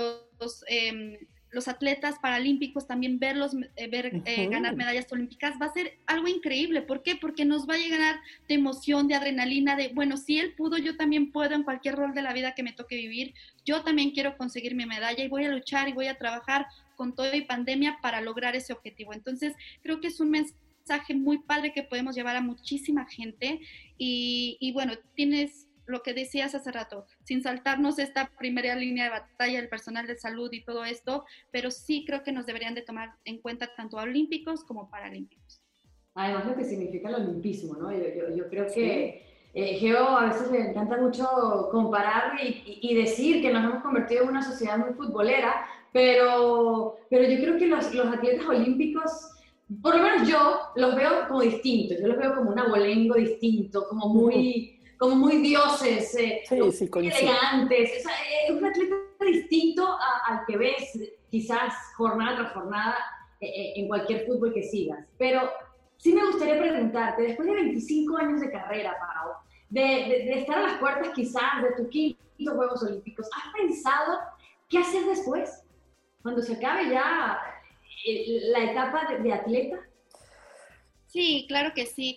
los atletas paralímpicos también verlos ganar medallas olímpicas va a ser algo increíble. ¿Por qué? Porque nos va a llenar de emoción, de adrenalina, de bueno, si él pudo, yo también puedo en cualquier rol de la vida que me toque vivir. Yo también quiero conseguir mi medalla y voy a luchar y voy a trabajar con todo y pandemia para lograr ese objetivo. Entonces, creo que es un mensaje muy padre que podemos llevar a muchísima gente y bueno, tienes lo que decías hace rato, sin saltarnos esta primera línea de batalla del personal de salud y todo esto, pero sí creo que nos deberían de tomar en cuenta tanto a olímpicos como paralímpicos. Además lo que significa el olimpismo, ¿no? Yo creo que Geo a veces le encanta mucho comparar y decir que nos hemos convertido en una sociedad muy futbolera, pero yo creo que los atletas olímpicos, por lo menos yo los veo como distintos, yo los veo como un abolengo distinto, como muy dioses, muy elegantes. O sea, es un atleta distinto al que ves quizás jornada tras jornada en cualquier fútbol que sigas. Pero sí me gustaría preguntarte, después de 25 años de carrera, Pau, de estar a las puertas quizás de tu quinto Juegos Olímpicos, ¿has pensado qué hacer después? Cuando se acabe ya la etapa de atleta. Sí, claro que sí.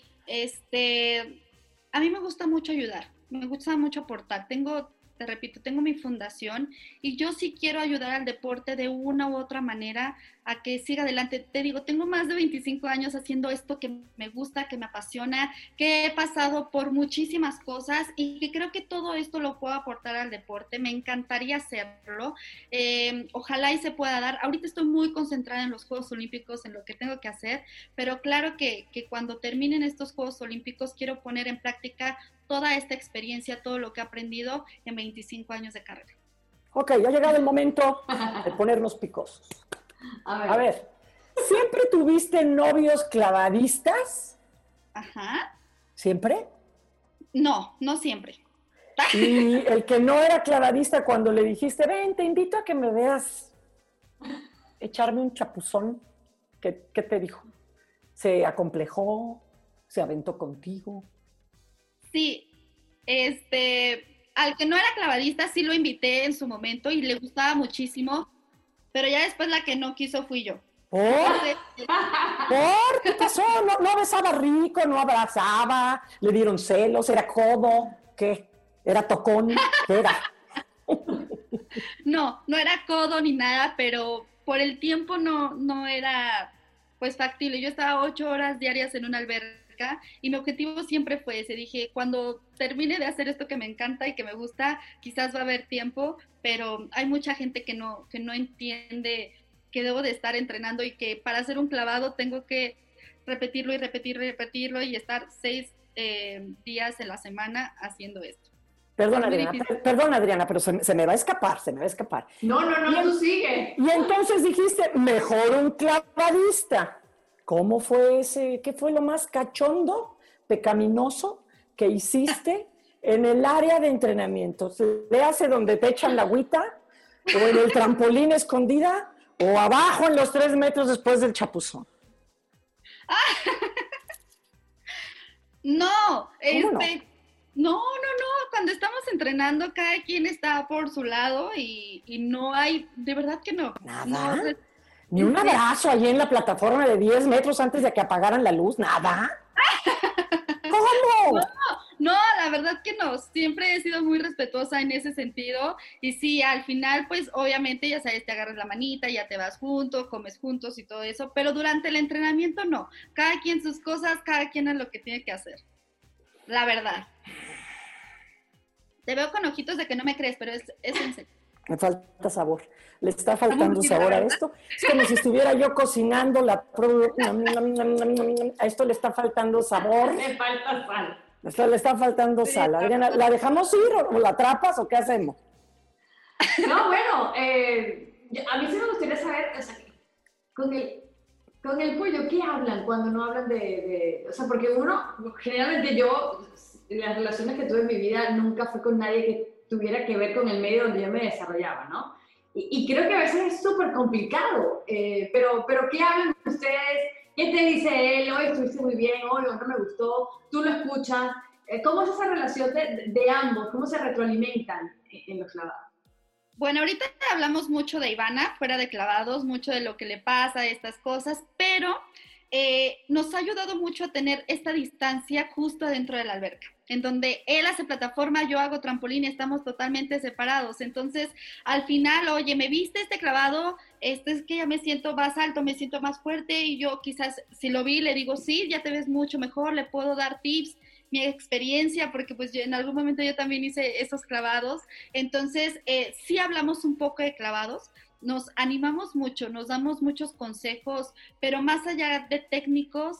A mí me gusta mucho ayudar, me gusta mucho aportar. Te repito, tengo mi fundación y yo sí quiero ayudar al deporte de una u otra manera a que siga adelante. Te digo, tengo más de 25 años haciendo esto que me gusta, que me apasiona, que he pasado por muchísimas cosas y que creo que todo esto lo puedo aportar al deporte. Me encantaría hacerlo. Ojalá y se pueda dar. Ahorita estoy muy concentrada en los Juegos Olímpicos, en lo que tengo que hacer, pero claro que cuando terminen estos Juegos Olímpicos quiero poner en práctica toda esta experiencia, todo lo que he aprendido en 25 años de carrera. Ok, ya ha llegado el momento de ponernos picosos. A ver, ¿siempre tuviste novios clavadistas? Ajá. ¿Siempre? No siempre. Y el que no era clavadista, cuando le dijiste, ven, te invito a que me veas echarme un chapuzón, ¿qué te dijo? ¿Se acomplejó? ¿Se aventó contigo? Sí, al que no era clavadista sí lo invité en su momento y le gustaba muchísimo, pero ya después la que no quiso fui yo. ¿Oh? ¿Por qué pasó? No besaba rico, no abrazaba, le dieron celos, era codo, ¿qué? ¿Era tocón? ¿Qué era? No, no era codo ni nada, pero por el tiempo no era pues factible. Yo estaba 8 horas diarias en una alberca y mi objetivo siempre fue ese. Dije, cuando termine de hacer esto que me encanta y que me gusta, quizás va a haber tiempo, pero hay mucha gente que no entiende que debo de estar entrenando y que para hacer un clavado tengo que repetirlo y repetirlo y estar 6 días en la semana haciendo esto. Perdón, Adriana, pero se me va a escapar, se me va a escapar. No, tú sigue. Y entonces dijiste, mejor un clavadista. ¿Cómo fue ese? ¿Qué fue lo más cachondo, pecaminoso que hiciste en el área de entrenamiento? ¿Le hace donde te echan la agüita? ¿O en el trampolín escondida? ¿O abajo en los 3 metros después del chapuzón? No, ¿Cómo no, cuando estamos entrenando cada quien está por su lado y no hay, de verdad que no. ¿Nada? No, ¿Ni un abrazo allí en la plataforma de 10 metros antes de que apagaran la luz? ¿Nada? ¿Cómo? No, la verdad que no, siempre he sido muy respetuosa en ese sentido y sí, al final pues obviamente ya sabes, te agarras la manita, ya te vas juntos, comes juntos y todo eso, pero durante el entrenamiento no, cada quien sus cosas, cada quien es lo que tiene que hacer, la verdad. Te veo con ojitos de que no me crees, pero es en serio. Me falta sabor. Le está faltando sabor a esto. Es como si estuviera yo cocinando a esto le está faltando sabor. Le falta sal. Le está faltando sal. Adriana, ¿la dejamos ir o la atrapas o qué hacemos? No, bueno, a mí sí me gustaría saber, o sea, con el pollo, ¿qué hablan cuando no hablan o sea, porque generalmente yo, las relaciones que tuve en mi vida nunca fue con nadie que tuviera que ver con el medio donde yo me desarrollaba, ¿no? Y creo que a veces es súper complicado, pero ¿qué hablan ustedes? ¿Qué te dice él? Hoy estuviste muy bien, hoy no me gustó, tú lo escuchas. ¿Cómo es esa relación de ambos? ¿Cómo se retroalimentan en los clavados? Bueno, ahorita hablamos mucho de Ivana, fuera de clavados, mucho de lo que le pasa, estas cosas, pero nos ha ayudado mucho a tener esta distancia justo dentro de la alberca, en donde él hace plataforma, yo hago trampolín y estamos totalmente separados. Entonces, al final, oye, ¿me viste este clavado? Es que ya me siento más alto, me siento más fuerte y yo quizás si lo vi le digo, sí, ya te ves mucho mejor, le puedo dar tips, mi experiencia, porque pues yo en algún momento yo también hice esos clavados. Entonces, sí hablamos un poco de clavados, nos animamos mucho, nos damos muchos consejos, pero más allá de técnicos,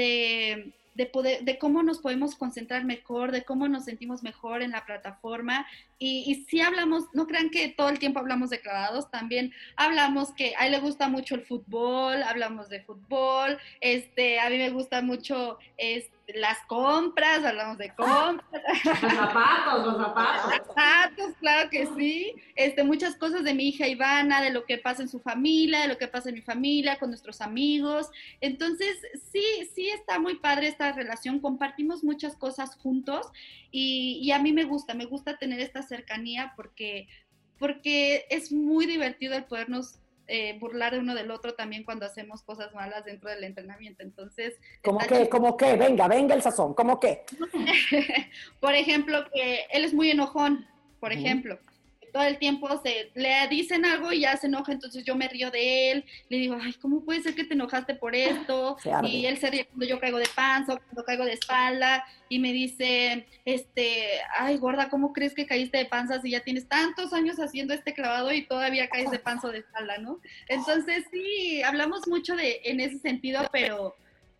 de cómo nos podemos concentrar mejor, de cómo nos sentimos mejor en la plataforma. Y sí hablamos, no crean que todo el tiempo hablamos de clavados, también hablamos que a él le gusta mucho el fútbol, hablamos de fútbol, a mí me gusta mucho las compras, hablamos de compras. Los zapatos. Zapatos, claro que sí. Muchas cosas de mi hija Ivana, de lo que pasa en su familia, de lo que pasa en mi familia, con nuestros amigos. Entonces, sí está muy padre esta relación, compartimos muchas cosas juntos y a mí me gusta tener esta cercanía porque es muy divertido el podernos burlar de uno del otro también cuando hacemos cosas malas dentro del entrenamiento. Entonces, ¿Cómo qué? Venga el sazón, ¿cómo qué? Por ejemplo, que él es muy enojón, por ejemplo. Todo el tiempo le dicen algo y ya se enoja, entonces yo me río de él, le digo, ay, ¿cómo puede ser que te enojaste por esto? Y él se ríe cuando yo caigo de panza, cuando caigo de espalda, y me dice, ay, gorda, ¿cómo crees que caíste de panza si ya tienes tantos años haciendo este clavado y todavía caes de panza o de espalda, ¿no? Entonces sí, hablamos mucho en ese sentido, pero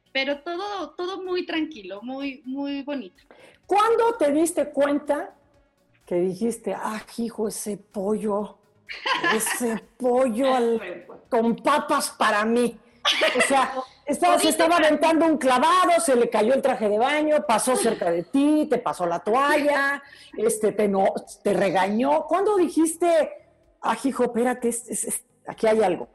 todo muy tranquilo, muy, muy bonito. ¿Cuándo te diste cuenta que dijiste, hijo, ese pollo con papas para mí? O sea, se estaba aventando un clavado, se le cayó el traje de baño, pasó cerca de ti, te pasó la toalla, te regañó. ¿Cuándo dijiste, hijo, espérate, aquí hay algo?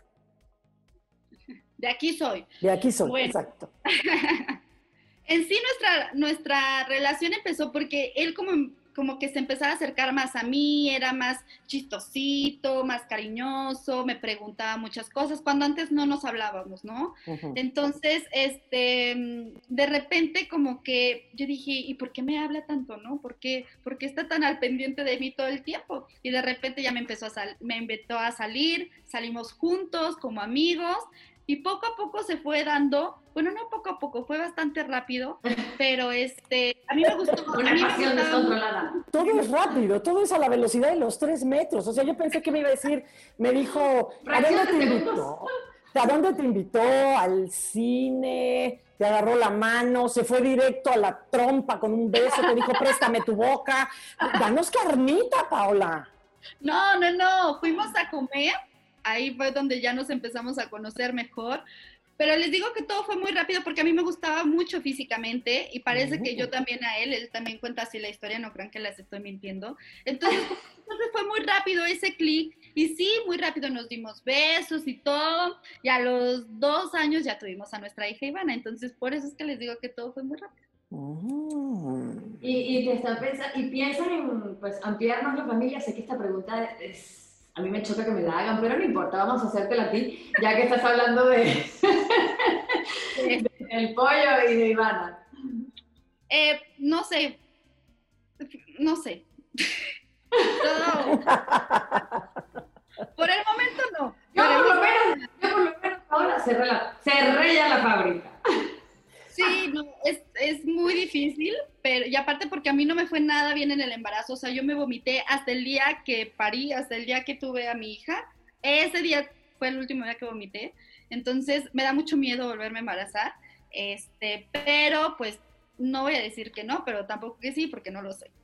De aquí soy. Bueno. Exacto. En sí nuestra relación empezó porque él, como como que se empezaba a acercar más a mí, era más chistosito, más cariñoso, me preguntaba muchas cosas, cuando antes no nos hablábamos, ¿no? Ujú. Entonces, de repente como que yo dije, ¿y por qué me habla tanto, no? ¿Por qué está tan al pendiente de mí todo el tiempo? Y de repente ya me invitó a salir, salimos juntos como amigos, y poco a poco se fue dando, bueno, no poco a poco, fue bastante rápido, pero a mí me gustó. Una a mí me pasión gustaba descontrolada. Todo es rápido, todo es a la velocidad de los 3 metros. O sea, yo pensé que me iba a decir, me dijo, ¿a dónde Fracción te de invitó? segundos. ¿A dónde te invitó? ¿Al cine? ¿Te agarró la mano? ¿Se fue directo a la trompa con un beso? ¿Te dijo, préstame tu boca? Danos carnita, Paola. No, fuimos a comer, ahí fue donde ya nos empezamos a conocer mejor, pero les digo que todo fue muy rápido porque a mí me gustaba mucho físicamente y parece que yo también a él también cuenta así la historia, no crean que les estoy mintiendo. Entonces fue muy rápido ese clic y sí, muy rápido nos dimos besos y todo, y a los 2 años ya tuvimos a nuestra hija Ivana, entonces por eso es que les digo que todo fue muy rápido. Y te están pensando, y piensan en pues ampliar más la familia. Sé que esta pregunta a mí me choca que me la hagan, pero no importa, vamos a hacértela a ti, ya que estás hablando de del pollo y de Ivana. No sé. No. Por el momento no. Yo por lo menos ahora cerré ya la fábrica. Sí, no, es muy difícil, pero y aparte porque a mí no me fue nada bien en el embarazo, o sea, yo me vomité hasta el día que parí, hasta el día que tuve a mi hija, ese día fue el último día que vomité, entonces me da mucho miedo volverme a embarazar, pero pues no voy a decir que no, pero tampoco que sí, porque no lo sé.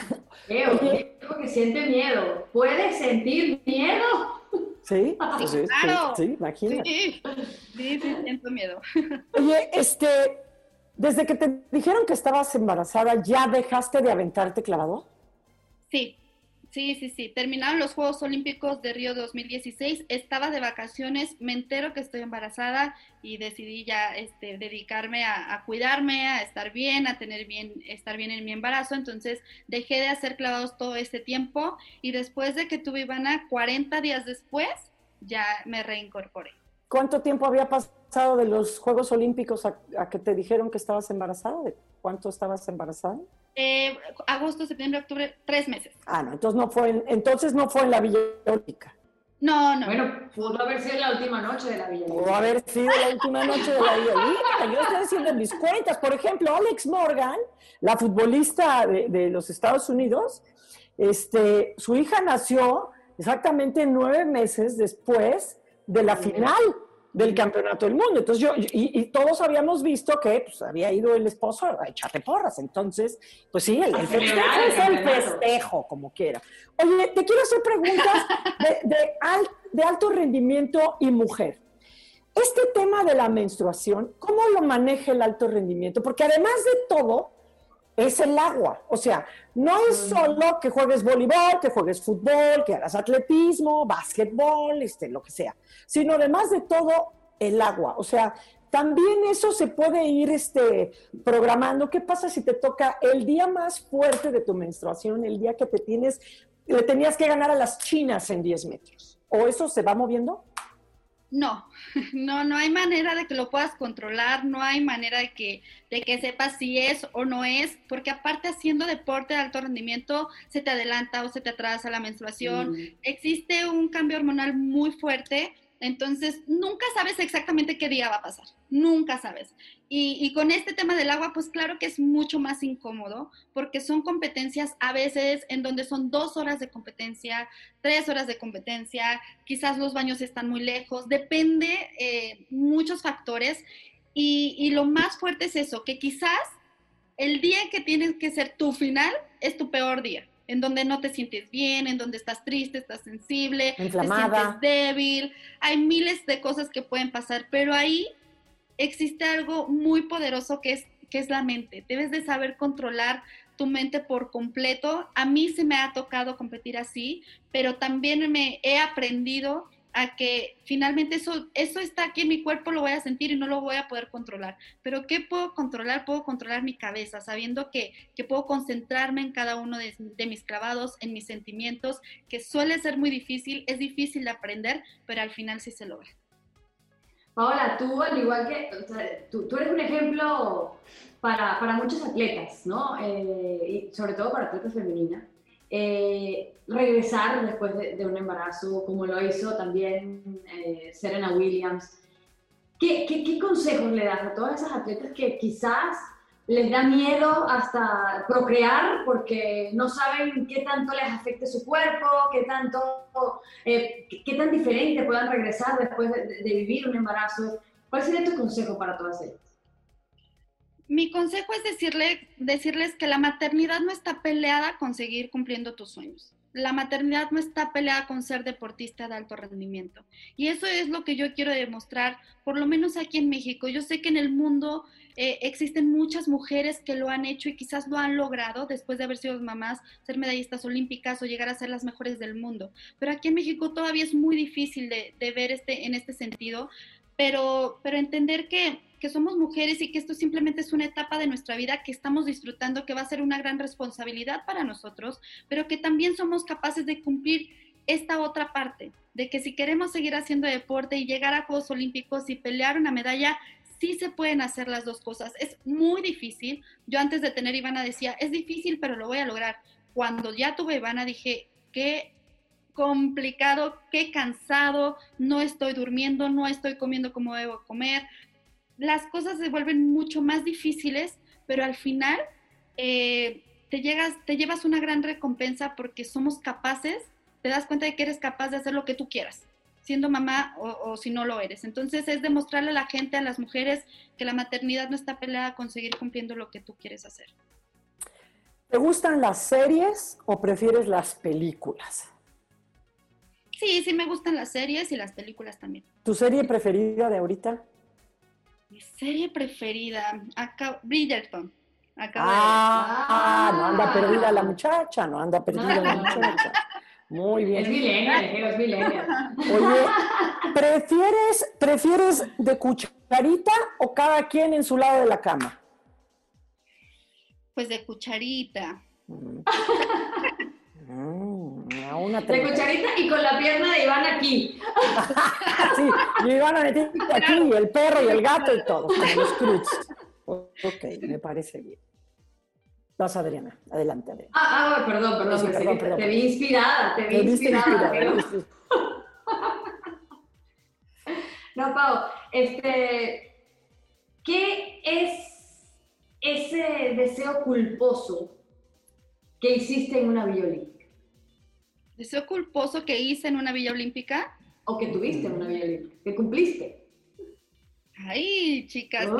Que siente miedo. ¿Puedes sentir miedo? Sí, Sí, claro. sí, imagínate. Sí, siento miedo. Oye, desde que te dijeron que estabas embarazada, ¿ya dejaste de aventarte clavado? Sí. Terminaron los Juegos Olímpicos de Río 2016, estaba de vacaciones, me entero que estoy embarazada y decidí ya dedicarme a cuidarme, a estar bien, estar bien en mi embarazo. Entonces dejé de hacer clavados todo este tiempo y después de que tuve Ivana, 40 días después, ya me reincorporé. ¿Cuánto tiempo había pasado de los Juegos Olímpicos a que te dijeron que estabas embarazada? ¿De cuánto estabas embarazada? Agosto, septiembre, octubre, 3 meses. Ah, no, entonces no fue en la Villa Olímpica. No. Bueno, pudo haber sido la última noche de la Villa Pudo haber sido la última noche de la Villa Olímpica. Yo estoy haciendo mis cuentas. Por ejemplo, Alex Morgan, la futbolista de los Estados Unidos, su hija nació exactamente 9 meses después de la final del Campeonato del Mundo. Entonces y todos habíamos visto que pues, había ido el esposo a echarle porras. Entonces, pues sí, el festejo es el festejo, como quiera. Oye, te quiero hacer preguntas de alto rendimiento y mujer. Este tema de la menstruación, ¿cómo lo maneja el alto rendimiento? Porque además de todo, es el agua. O sea, no es solo que juegues voleibol, que juegues fútbol, que hagas atletismo, básquetbol, lo que sea, sino además de todo, el agua. O sea, también eso se puede ir programando. ¿Qué pasa si te toca el día más fuerte de tu menstruación, el día que le tenías que ganar a las chinas en 10 metros? ¿O eso se va moviendo? No hay manera de que lo puedas controlar, no hay manera de que sepas si es o no es, porque aparte haciendo deporte de alto rendimiento se te adelanta o se te atrasa la menstruación, existe un cambio hormonal muy fuerte, entonces nunca sabes exactamente qué día va a pasar, nunca sabes. Y con este tema del agua, pues claro que es mucho más incómodo, porque son competencias a veces en donde son 2 horas de competencia, 3 horas de competencia, quizás los baños están muy lejos, depende muchos factores, y lo más fuerte es eso, que quizás el día que tienes que ser tu final es tu peor día, en donde no te sientes bien, en donde estás triste, estás sensible, inflamada, te sientes débil, hay miles de cosas que pueden pasar, pero ahí existe algo muy poderoso que es la mente. Debes de saber controlar tu mente por completo. A mí se me ha tocado competir así, pero también me he aprendido a que finalmente eso está aquí en mi cuerpo, lo voy a sentir y no lo voy a poder controlar. Pero ¿qué puedo controlar? Puedo controlar mi cabeza, sabiendo que puedo concentrarme en cada uno de mis clavados, en mis sentimientos, que suele ser muy difícil, es difícil de aprender, pero al final sí se logra. Paola, tú, al igual que, o sea, tú eres un ejemplo para muchos atletas, ¿no? Y sobre todo para atletas femeninas. Regresar después de un embarazo, como lo hizo también Serena Williams. ¿Qué consejos le das a todas esas atletas que quizás les da miedo hasta procrear porque no saben qué tanto les afecte su cuerpo, qué tan diferente puedan regresar después de vivir un embarazo? ¿Cuál sería tu consejo para todas ellas? Mi consejo es decirles que la maternidad no está peleada con seguir cumpliendo tus sueños. La maternidad no está peleada con ser deportista de alto rendimiento. Y eso es lo que yo quiero demostrar, por lo menos aquí en México. Yo sé que en el mundo existen muchas mujeres que lo han hecho y quizás lo han logrado después de haber sido mamás, ser medallistas olímpicas o llegar a ser las mejores del mundo. Pero aquí en México todavía es muy difícil de ver en este sentido, pero entender que somos mujeres y que esto simplemente es una etapa de nuestra vida que estamos disfrutando, que va a ser una gran responsabilidad para nosotros, pero que también somos capaces de cumplir esta otra parte, de que si queremos seguir haciendo deporte y llegar a Juegos Olímpicos y pelear una medalla, sí se pueden hacer las dos cosas. Es muy difícil. Yo antes de tener Ivana decía, es difícil, pero lo voy a lograr. Cuando ya tuve Ivana dije, qué complicado, qué cansado, no estoy durmiendo, no estoy comiendo como debo comer. Las cosas se vuelven mucho más difíciles, pero al final te llevas una gran recompensa porque somos capaces, te das cuenta de que eres capaz de hacer lo que tú quieras, siendo mamá o si no lo eres. Entonces es demostrarle a la gente, a las mujeres, que la maternidad no está peleada con seguir cumpliendo lo que tú quieres hacer. ¿Te gustan las series o prefieres las películas? Sí me gustan las series y las películas también. ¿Tu serie preferida de ahorita? Mi serie preferida, Bridgerton. No anda perdida la muchacha, no anda perdida la muchacha. Muy bien. Es millennial. Oye, ¿prefieres de cucharita o cada quien en su lado de la cama? Pues de cucharita. De cucharita y con la pierna de Iván aquí. Sí, y Ivana metida aquí, y el perro y el gato y todo, como los Cruz. Ok, me parece bien. Vas, Adriana, adelante, Adriana. Perdón. Sí, perdón. Te vi inspirada, inspirada. No, Pau, ¿qué es ese deseo culposo que hiciste en una Villa Olímpica? ¿Deseo culposo que hice en una Villa Olímpica? ¿O que tuviste en una Villa Olímpica? ¿Que cumpliste? Ay, chicas,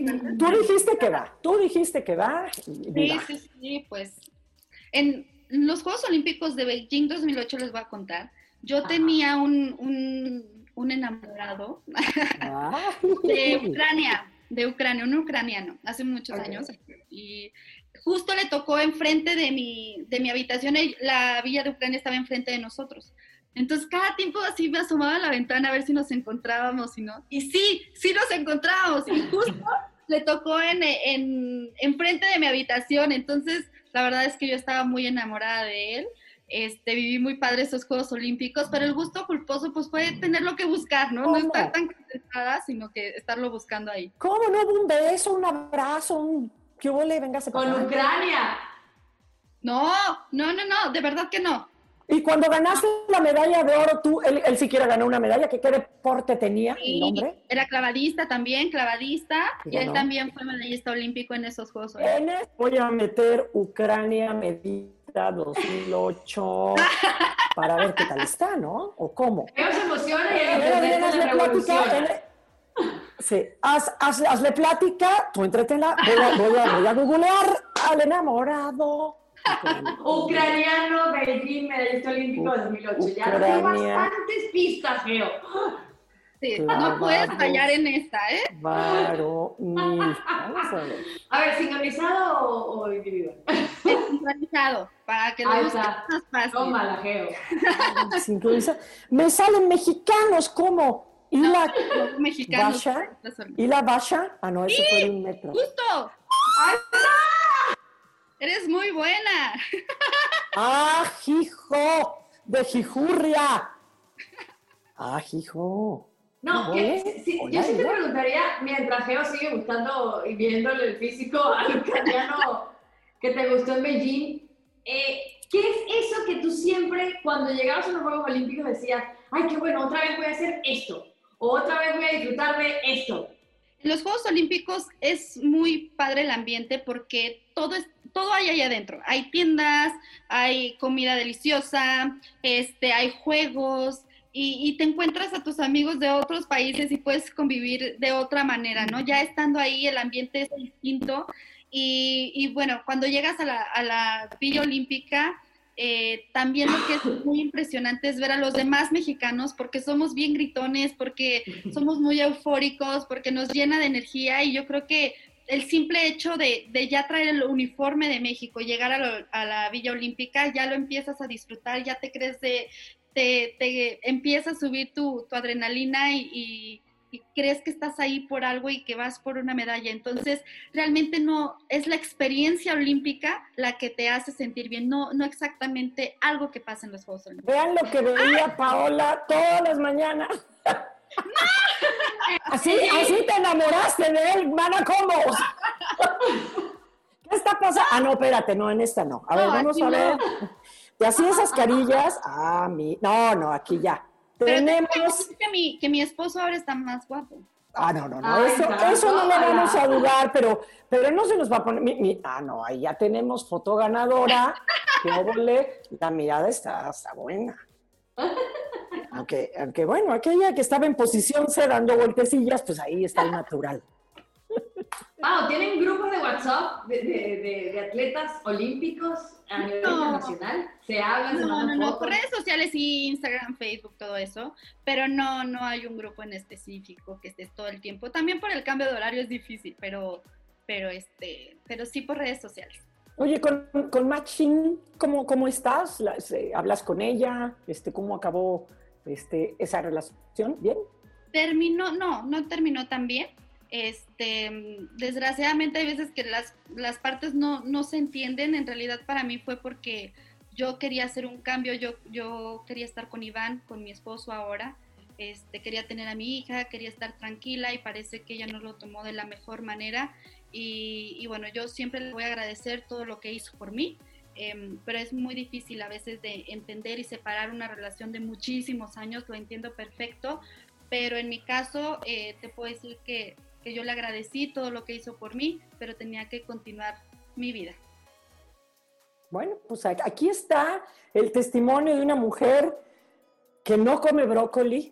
Tú dijiste que va. Sí, pues. En los Juegos Olímpicos de Beijing 2008 les voy a contar. Yo tenía un enamorado de Ucrania, un ucraniano, hace muchos años. Y justo le tocó enfrente de mi habitación, la Villa de Ucrania estaba enfrente de nosotros. Entonces, cada tiempo así me asomaba a la ventana a ver si nos encontrábamos, y sí nos encontrábamos, y justo le tocó enfrente de mi habitación. Entonces, la verdad es que yo estaba muy enamorada de él. Viví muy padre esos Juegos Olímpicos, pero el gusto culposo pues fue tenerlo que buscar, ¿no? No estar tan concentrada, sino que estarlo buscando ahí. ¿Cómo no? Un beso, un abrazo, ¿qué ole? Véngase con Ucrania. No, de verdad que no. Y cuando ganaste la medalla de oro, él siquiera ganó una medalla, ¿qué deporte tenía el hombre? Era clavadista, y él también fue medallista olímpico en esos Juegos Olímpicos. Voy a meter Ucrania medita 2008 para ver qué tal está, ¿no? ¿O cómo? Se emociona y hazle plática. Sí, hazle plática, tú entretenla, voy a googlear al enamorado. Ucraniano, Beijing, medallista olímpico 2008. Ya tengo bastantes pistas, Geo. Sí, no puedes fallar en esta, ¿eh? Varonil. Vamos a ver. A ver, ¿sincronizado o individual? Sincronizado, para que lo Ahí busques está. más fácil. Tómala, Geo. Sincroniza. Me salen mexicanos, ¿cómo? ¿Y la Los mexicanos. Basha? ¿Y la Basha? Ah, no, eso fue de 1 metro. ¡Justo! Eres muy buena. ¡Ah, hijo! ¡De Jijurria! ¡Ah, hijo! No, yo sí te preguntaría, mientras Geo sigue gustando y viéndole el físico al ucraniano que te gustó en Beijing, ¿qué es eso que tú siempre, cuando llegabas a los Juegos Olímpicos, decías, ay, qué bueno, otra vez voy a hacer esto, o otra vez voy a disfrutar de esto? En los Juegos Olímpicos es muy padre el ambiente porque todo hay ahí adentro. Hay tiendas, hay comida deliciosa, hay juegos y te encuentras a tus amigos de otros países y puedes convivir de otra manera, ¿no? Ya estando ahí el ambiente es distinto y bueno, cuando llegas a la Villa Olímpica, también lo que es muy impresionante es ver a los demás mexicanos porque somos bien gritones, porque somos muy eufóricos, porque nos llena de energía y yo creo que el simple hecho de ya traer el uniforme de México, llegar a la Villa Olímpica, ya lo empiezas a disfrutar, ya te crees te empieza a subir tu adrenalina y crees que estás ahí por algo y que vas por una medalla. Entonces, realmente no es la experiencia olímpica la que te hace sentir bien, no exactamente algo que pasa en los Juegos Olímpicos. Vean lo que veía Paola todas las mañanas. Así te enamoraste de él, mana, ¿cómo? ¿Qué está pasando? Ah, no, espérate, no, en esta no. A ver, vamos a ver. Te hacía esas carillas. No, aquí ya. Tenemos... Que mi esposo ahora está más guapo. No. Eso no le vamos a dudar, pero no se nos va a poner... no, ahí ya tenemos foto ganadora. Que óvole, la mirada está buena. Aunque bueno, aquella que estaba en posición C dando vueltecillas, pues ahí está el natural. ¿Tienen grupos de WhatsApp de atletas olímpicos a nivel internacional? ¿Se hablan? No, por redes sociales y Instagram, Facebook, todo eso, pero no hay un grupo en específico que estés todo el tiempo. También por el cambio de horario es difícil, pero sí por redes sociales. Oye, con Maxine, ¿cómo estás? ¿Hablas con ella? ¿Cómo acabó esa relación? ¿Bien? No terminó tan bien. Desgraciadamente hay veces que las partes no se entienden. En realidad para mí fue porque yo quería hacer un cambio, yo quería estar con Iván, con mi esposo ahora, quería tener a mi hija, quería estar tranquila y parece que ella no lo tomó de la mejor manera y bueno, yo siempre le voy a agradecer todo lo que hizo por mí, pero es muy difícil a veces de entender y separar una relación de muchísimos años, lo entiendo perfecto, pero en mi caso te puedo decir que yo le agradecí todo lo que hizo por mí, pero tenía que continuar mi vida. Bueno, pues aquí está el testimonio de una mujer que no come brócoli,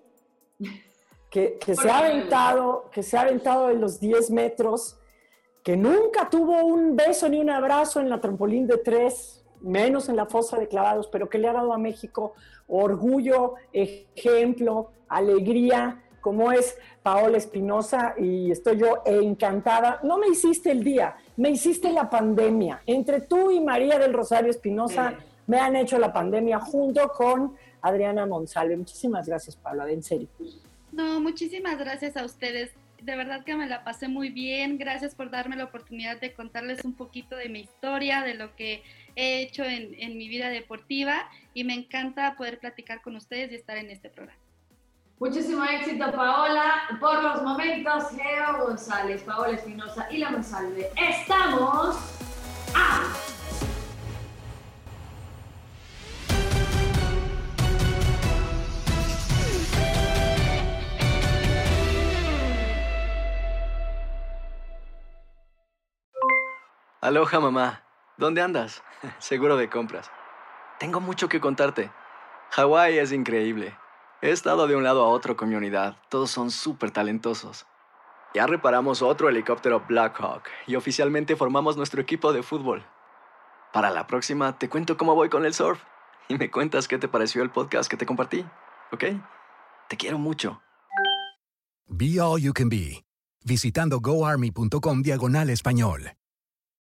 que se ha aventado en los 10 metros, que nunca tuvo un beso ni un abrazo en la trampolín de 3, menos en la fosa de clavados, pero que le ha dado a México orgullo, ejemplo, alegría, como es Paola Espinosa, y estoy yo encantada. No me hiciste el día, me hiciste la pandemia. Entre tú y María del Rosario Espinosa me han hecho la pandemia junto con Adriana Monsalve. Muchísimas gracias, Paola, en serio. No, muchísimas gracias a ustedes. De verdad que me la pasé muy bien. Gracias por darme la oportunidad de contarles un poquito de mi historia, de lo que he hecho en mi vida deportiva, y me encanta poder platicar con ustedes y estar en este programa. Muchísimo éxito, Paola. Por los momentos, Geo González, Paola Espinosa y la Monsalve. ¡Estamos out! Aloha, mamá. ¿Dónde andas? Seguro de compras. Tengo mucho que contarte. Hawái es increíble. He estado de un lado a otro con mi unidad. Todos son súper talentosos. Ya reparamos otro helicóptero Blackhawk y oficialmente formamos nuestro equipo de fútbol. Para la próxima te cuento cómo voy con el surf y me cuentas qué te pareció el podcast que te compartí, ¿ok? Te quiero mucho. Be All You Can Be, visitando goarmy.com/español.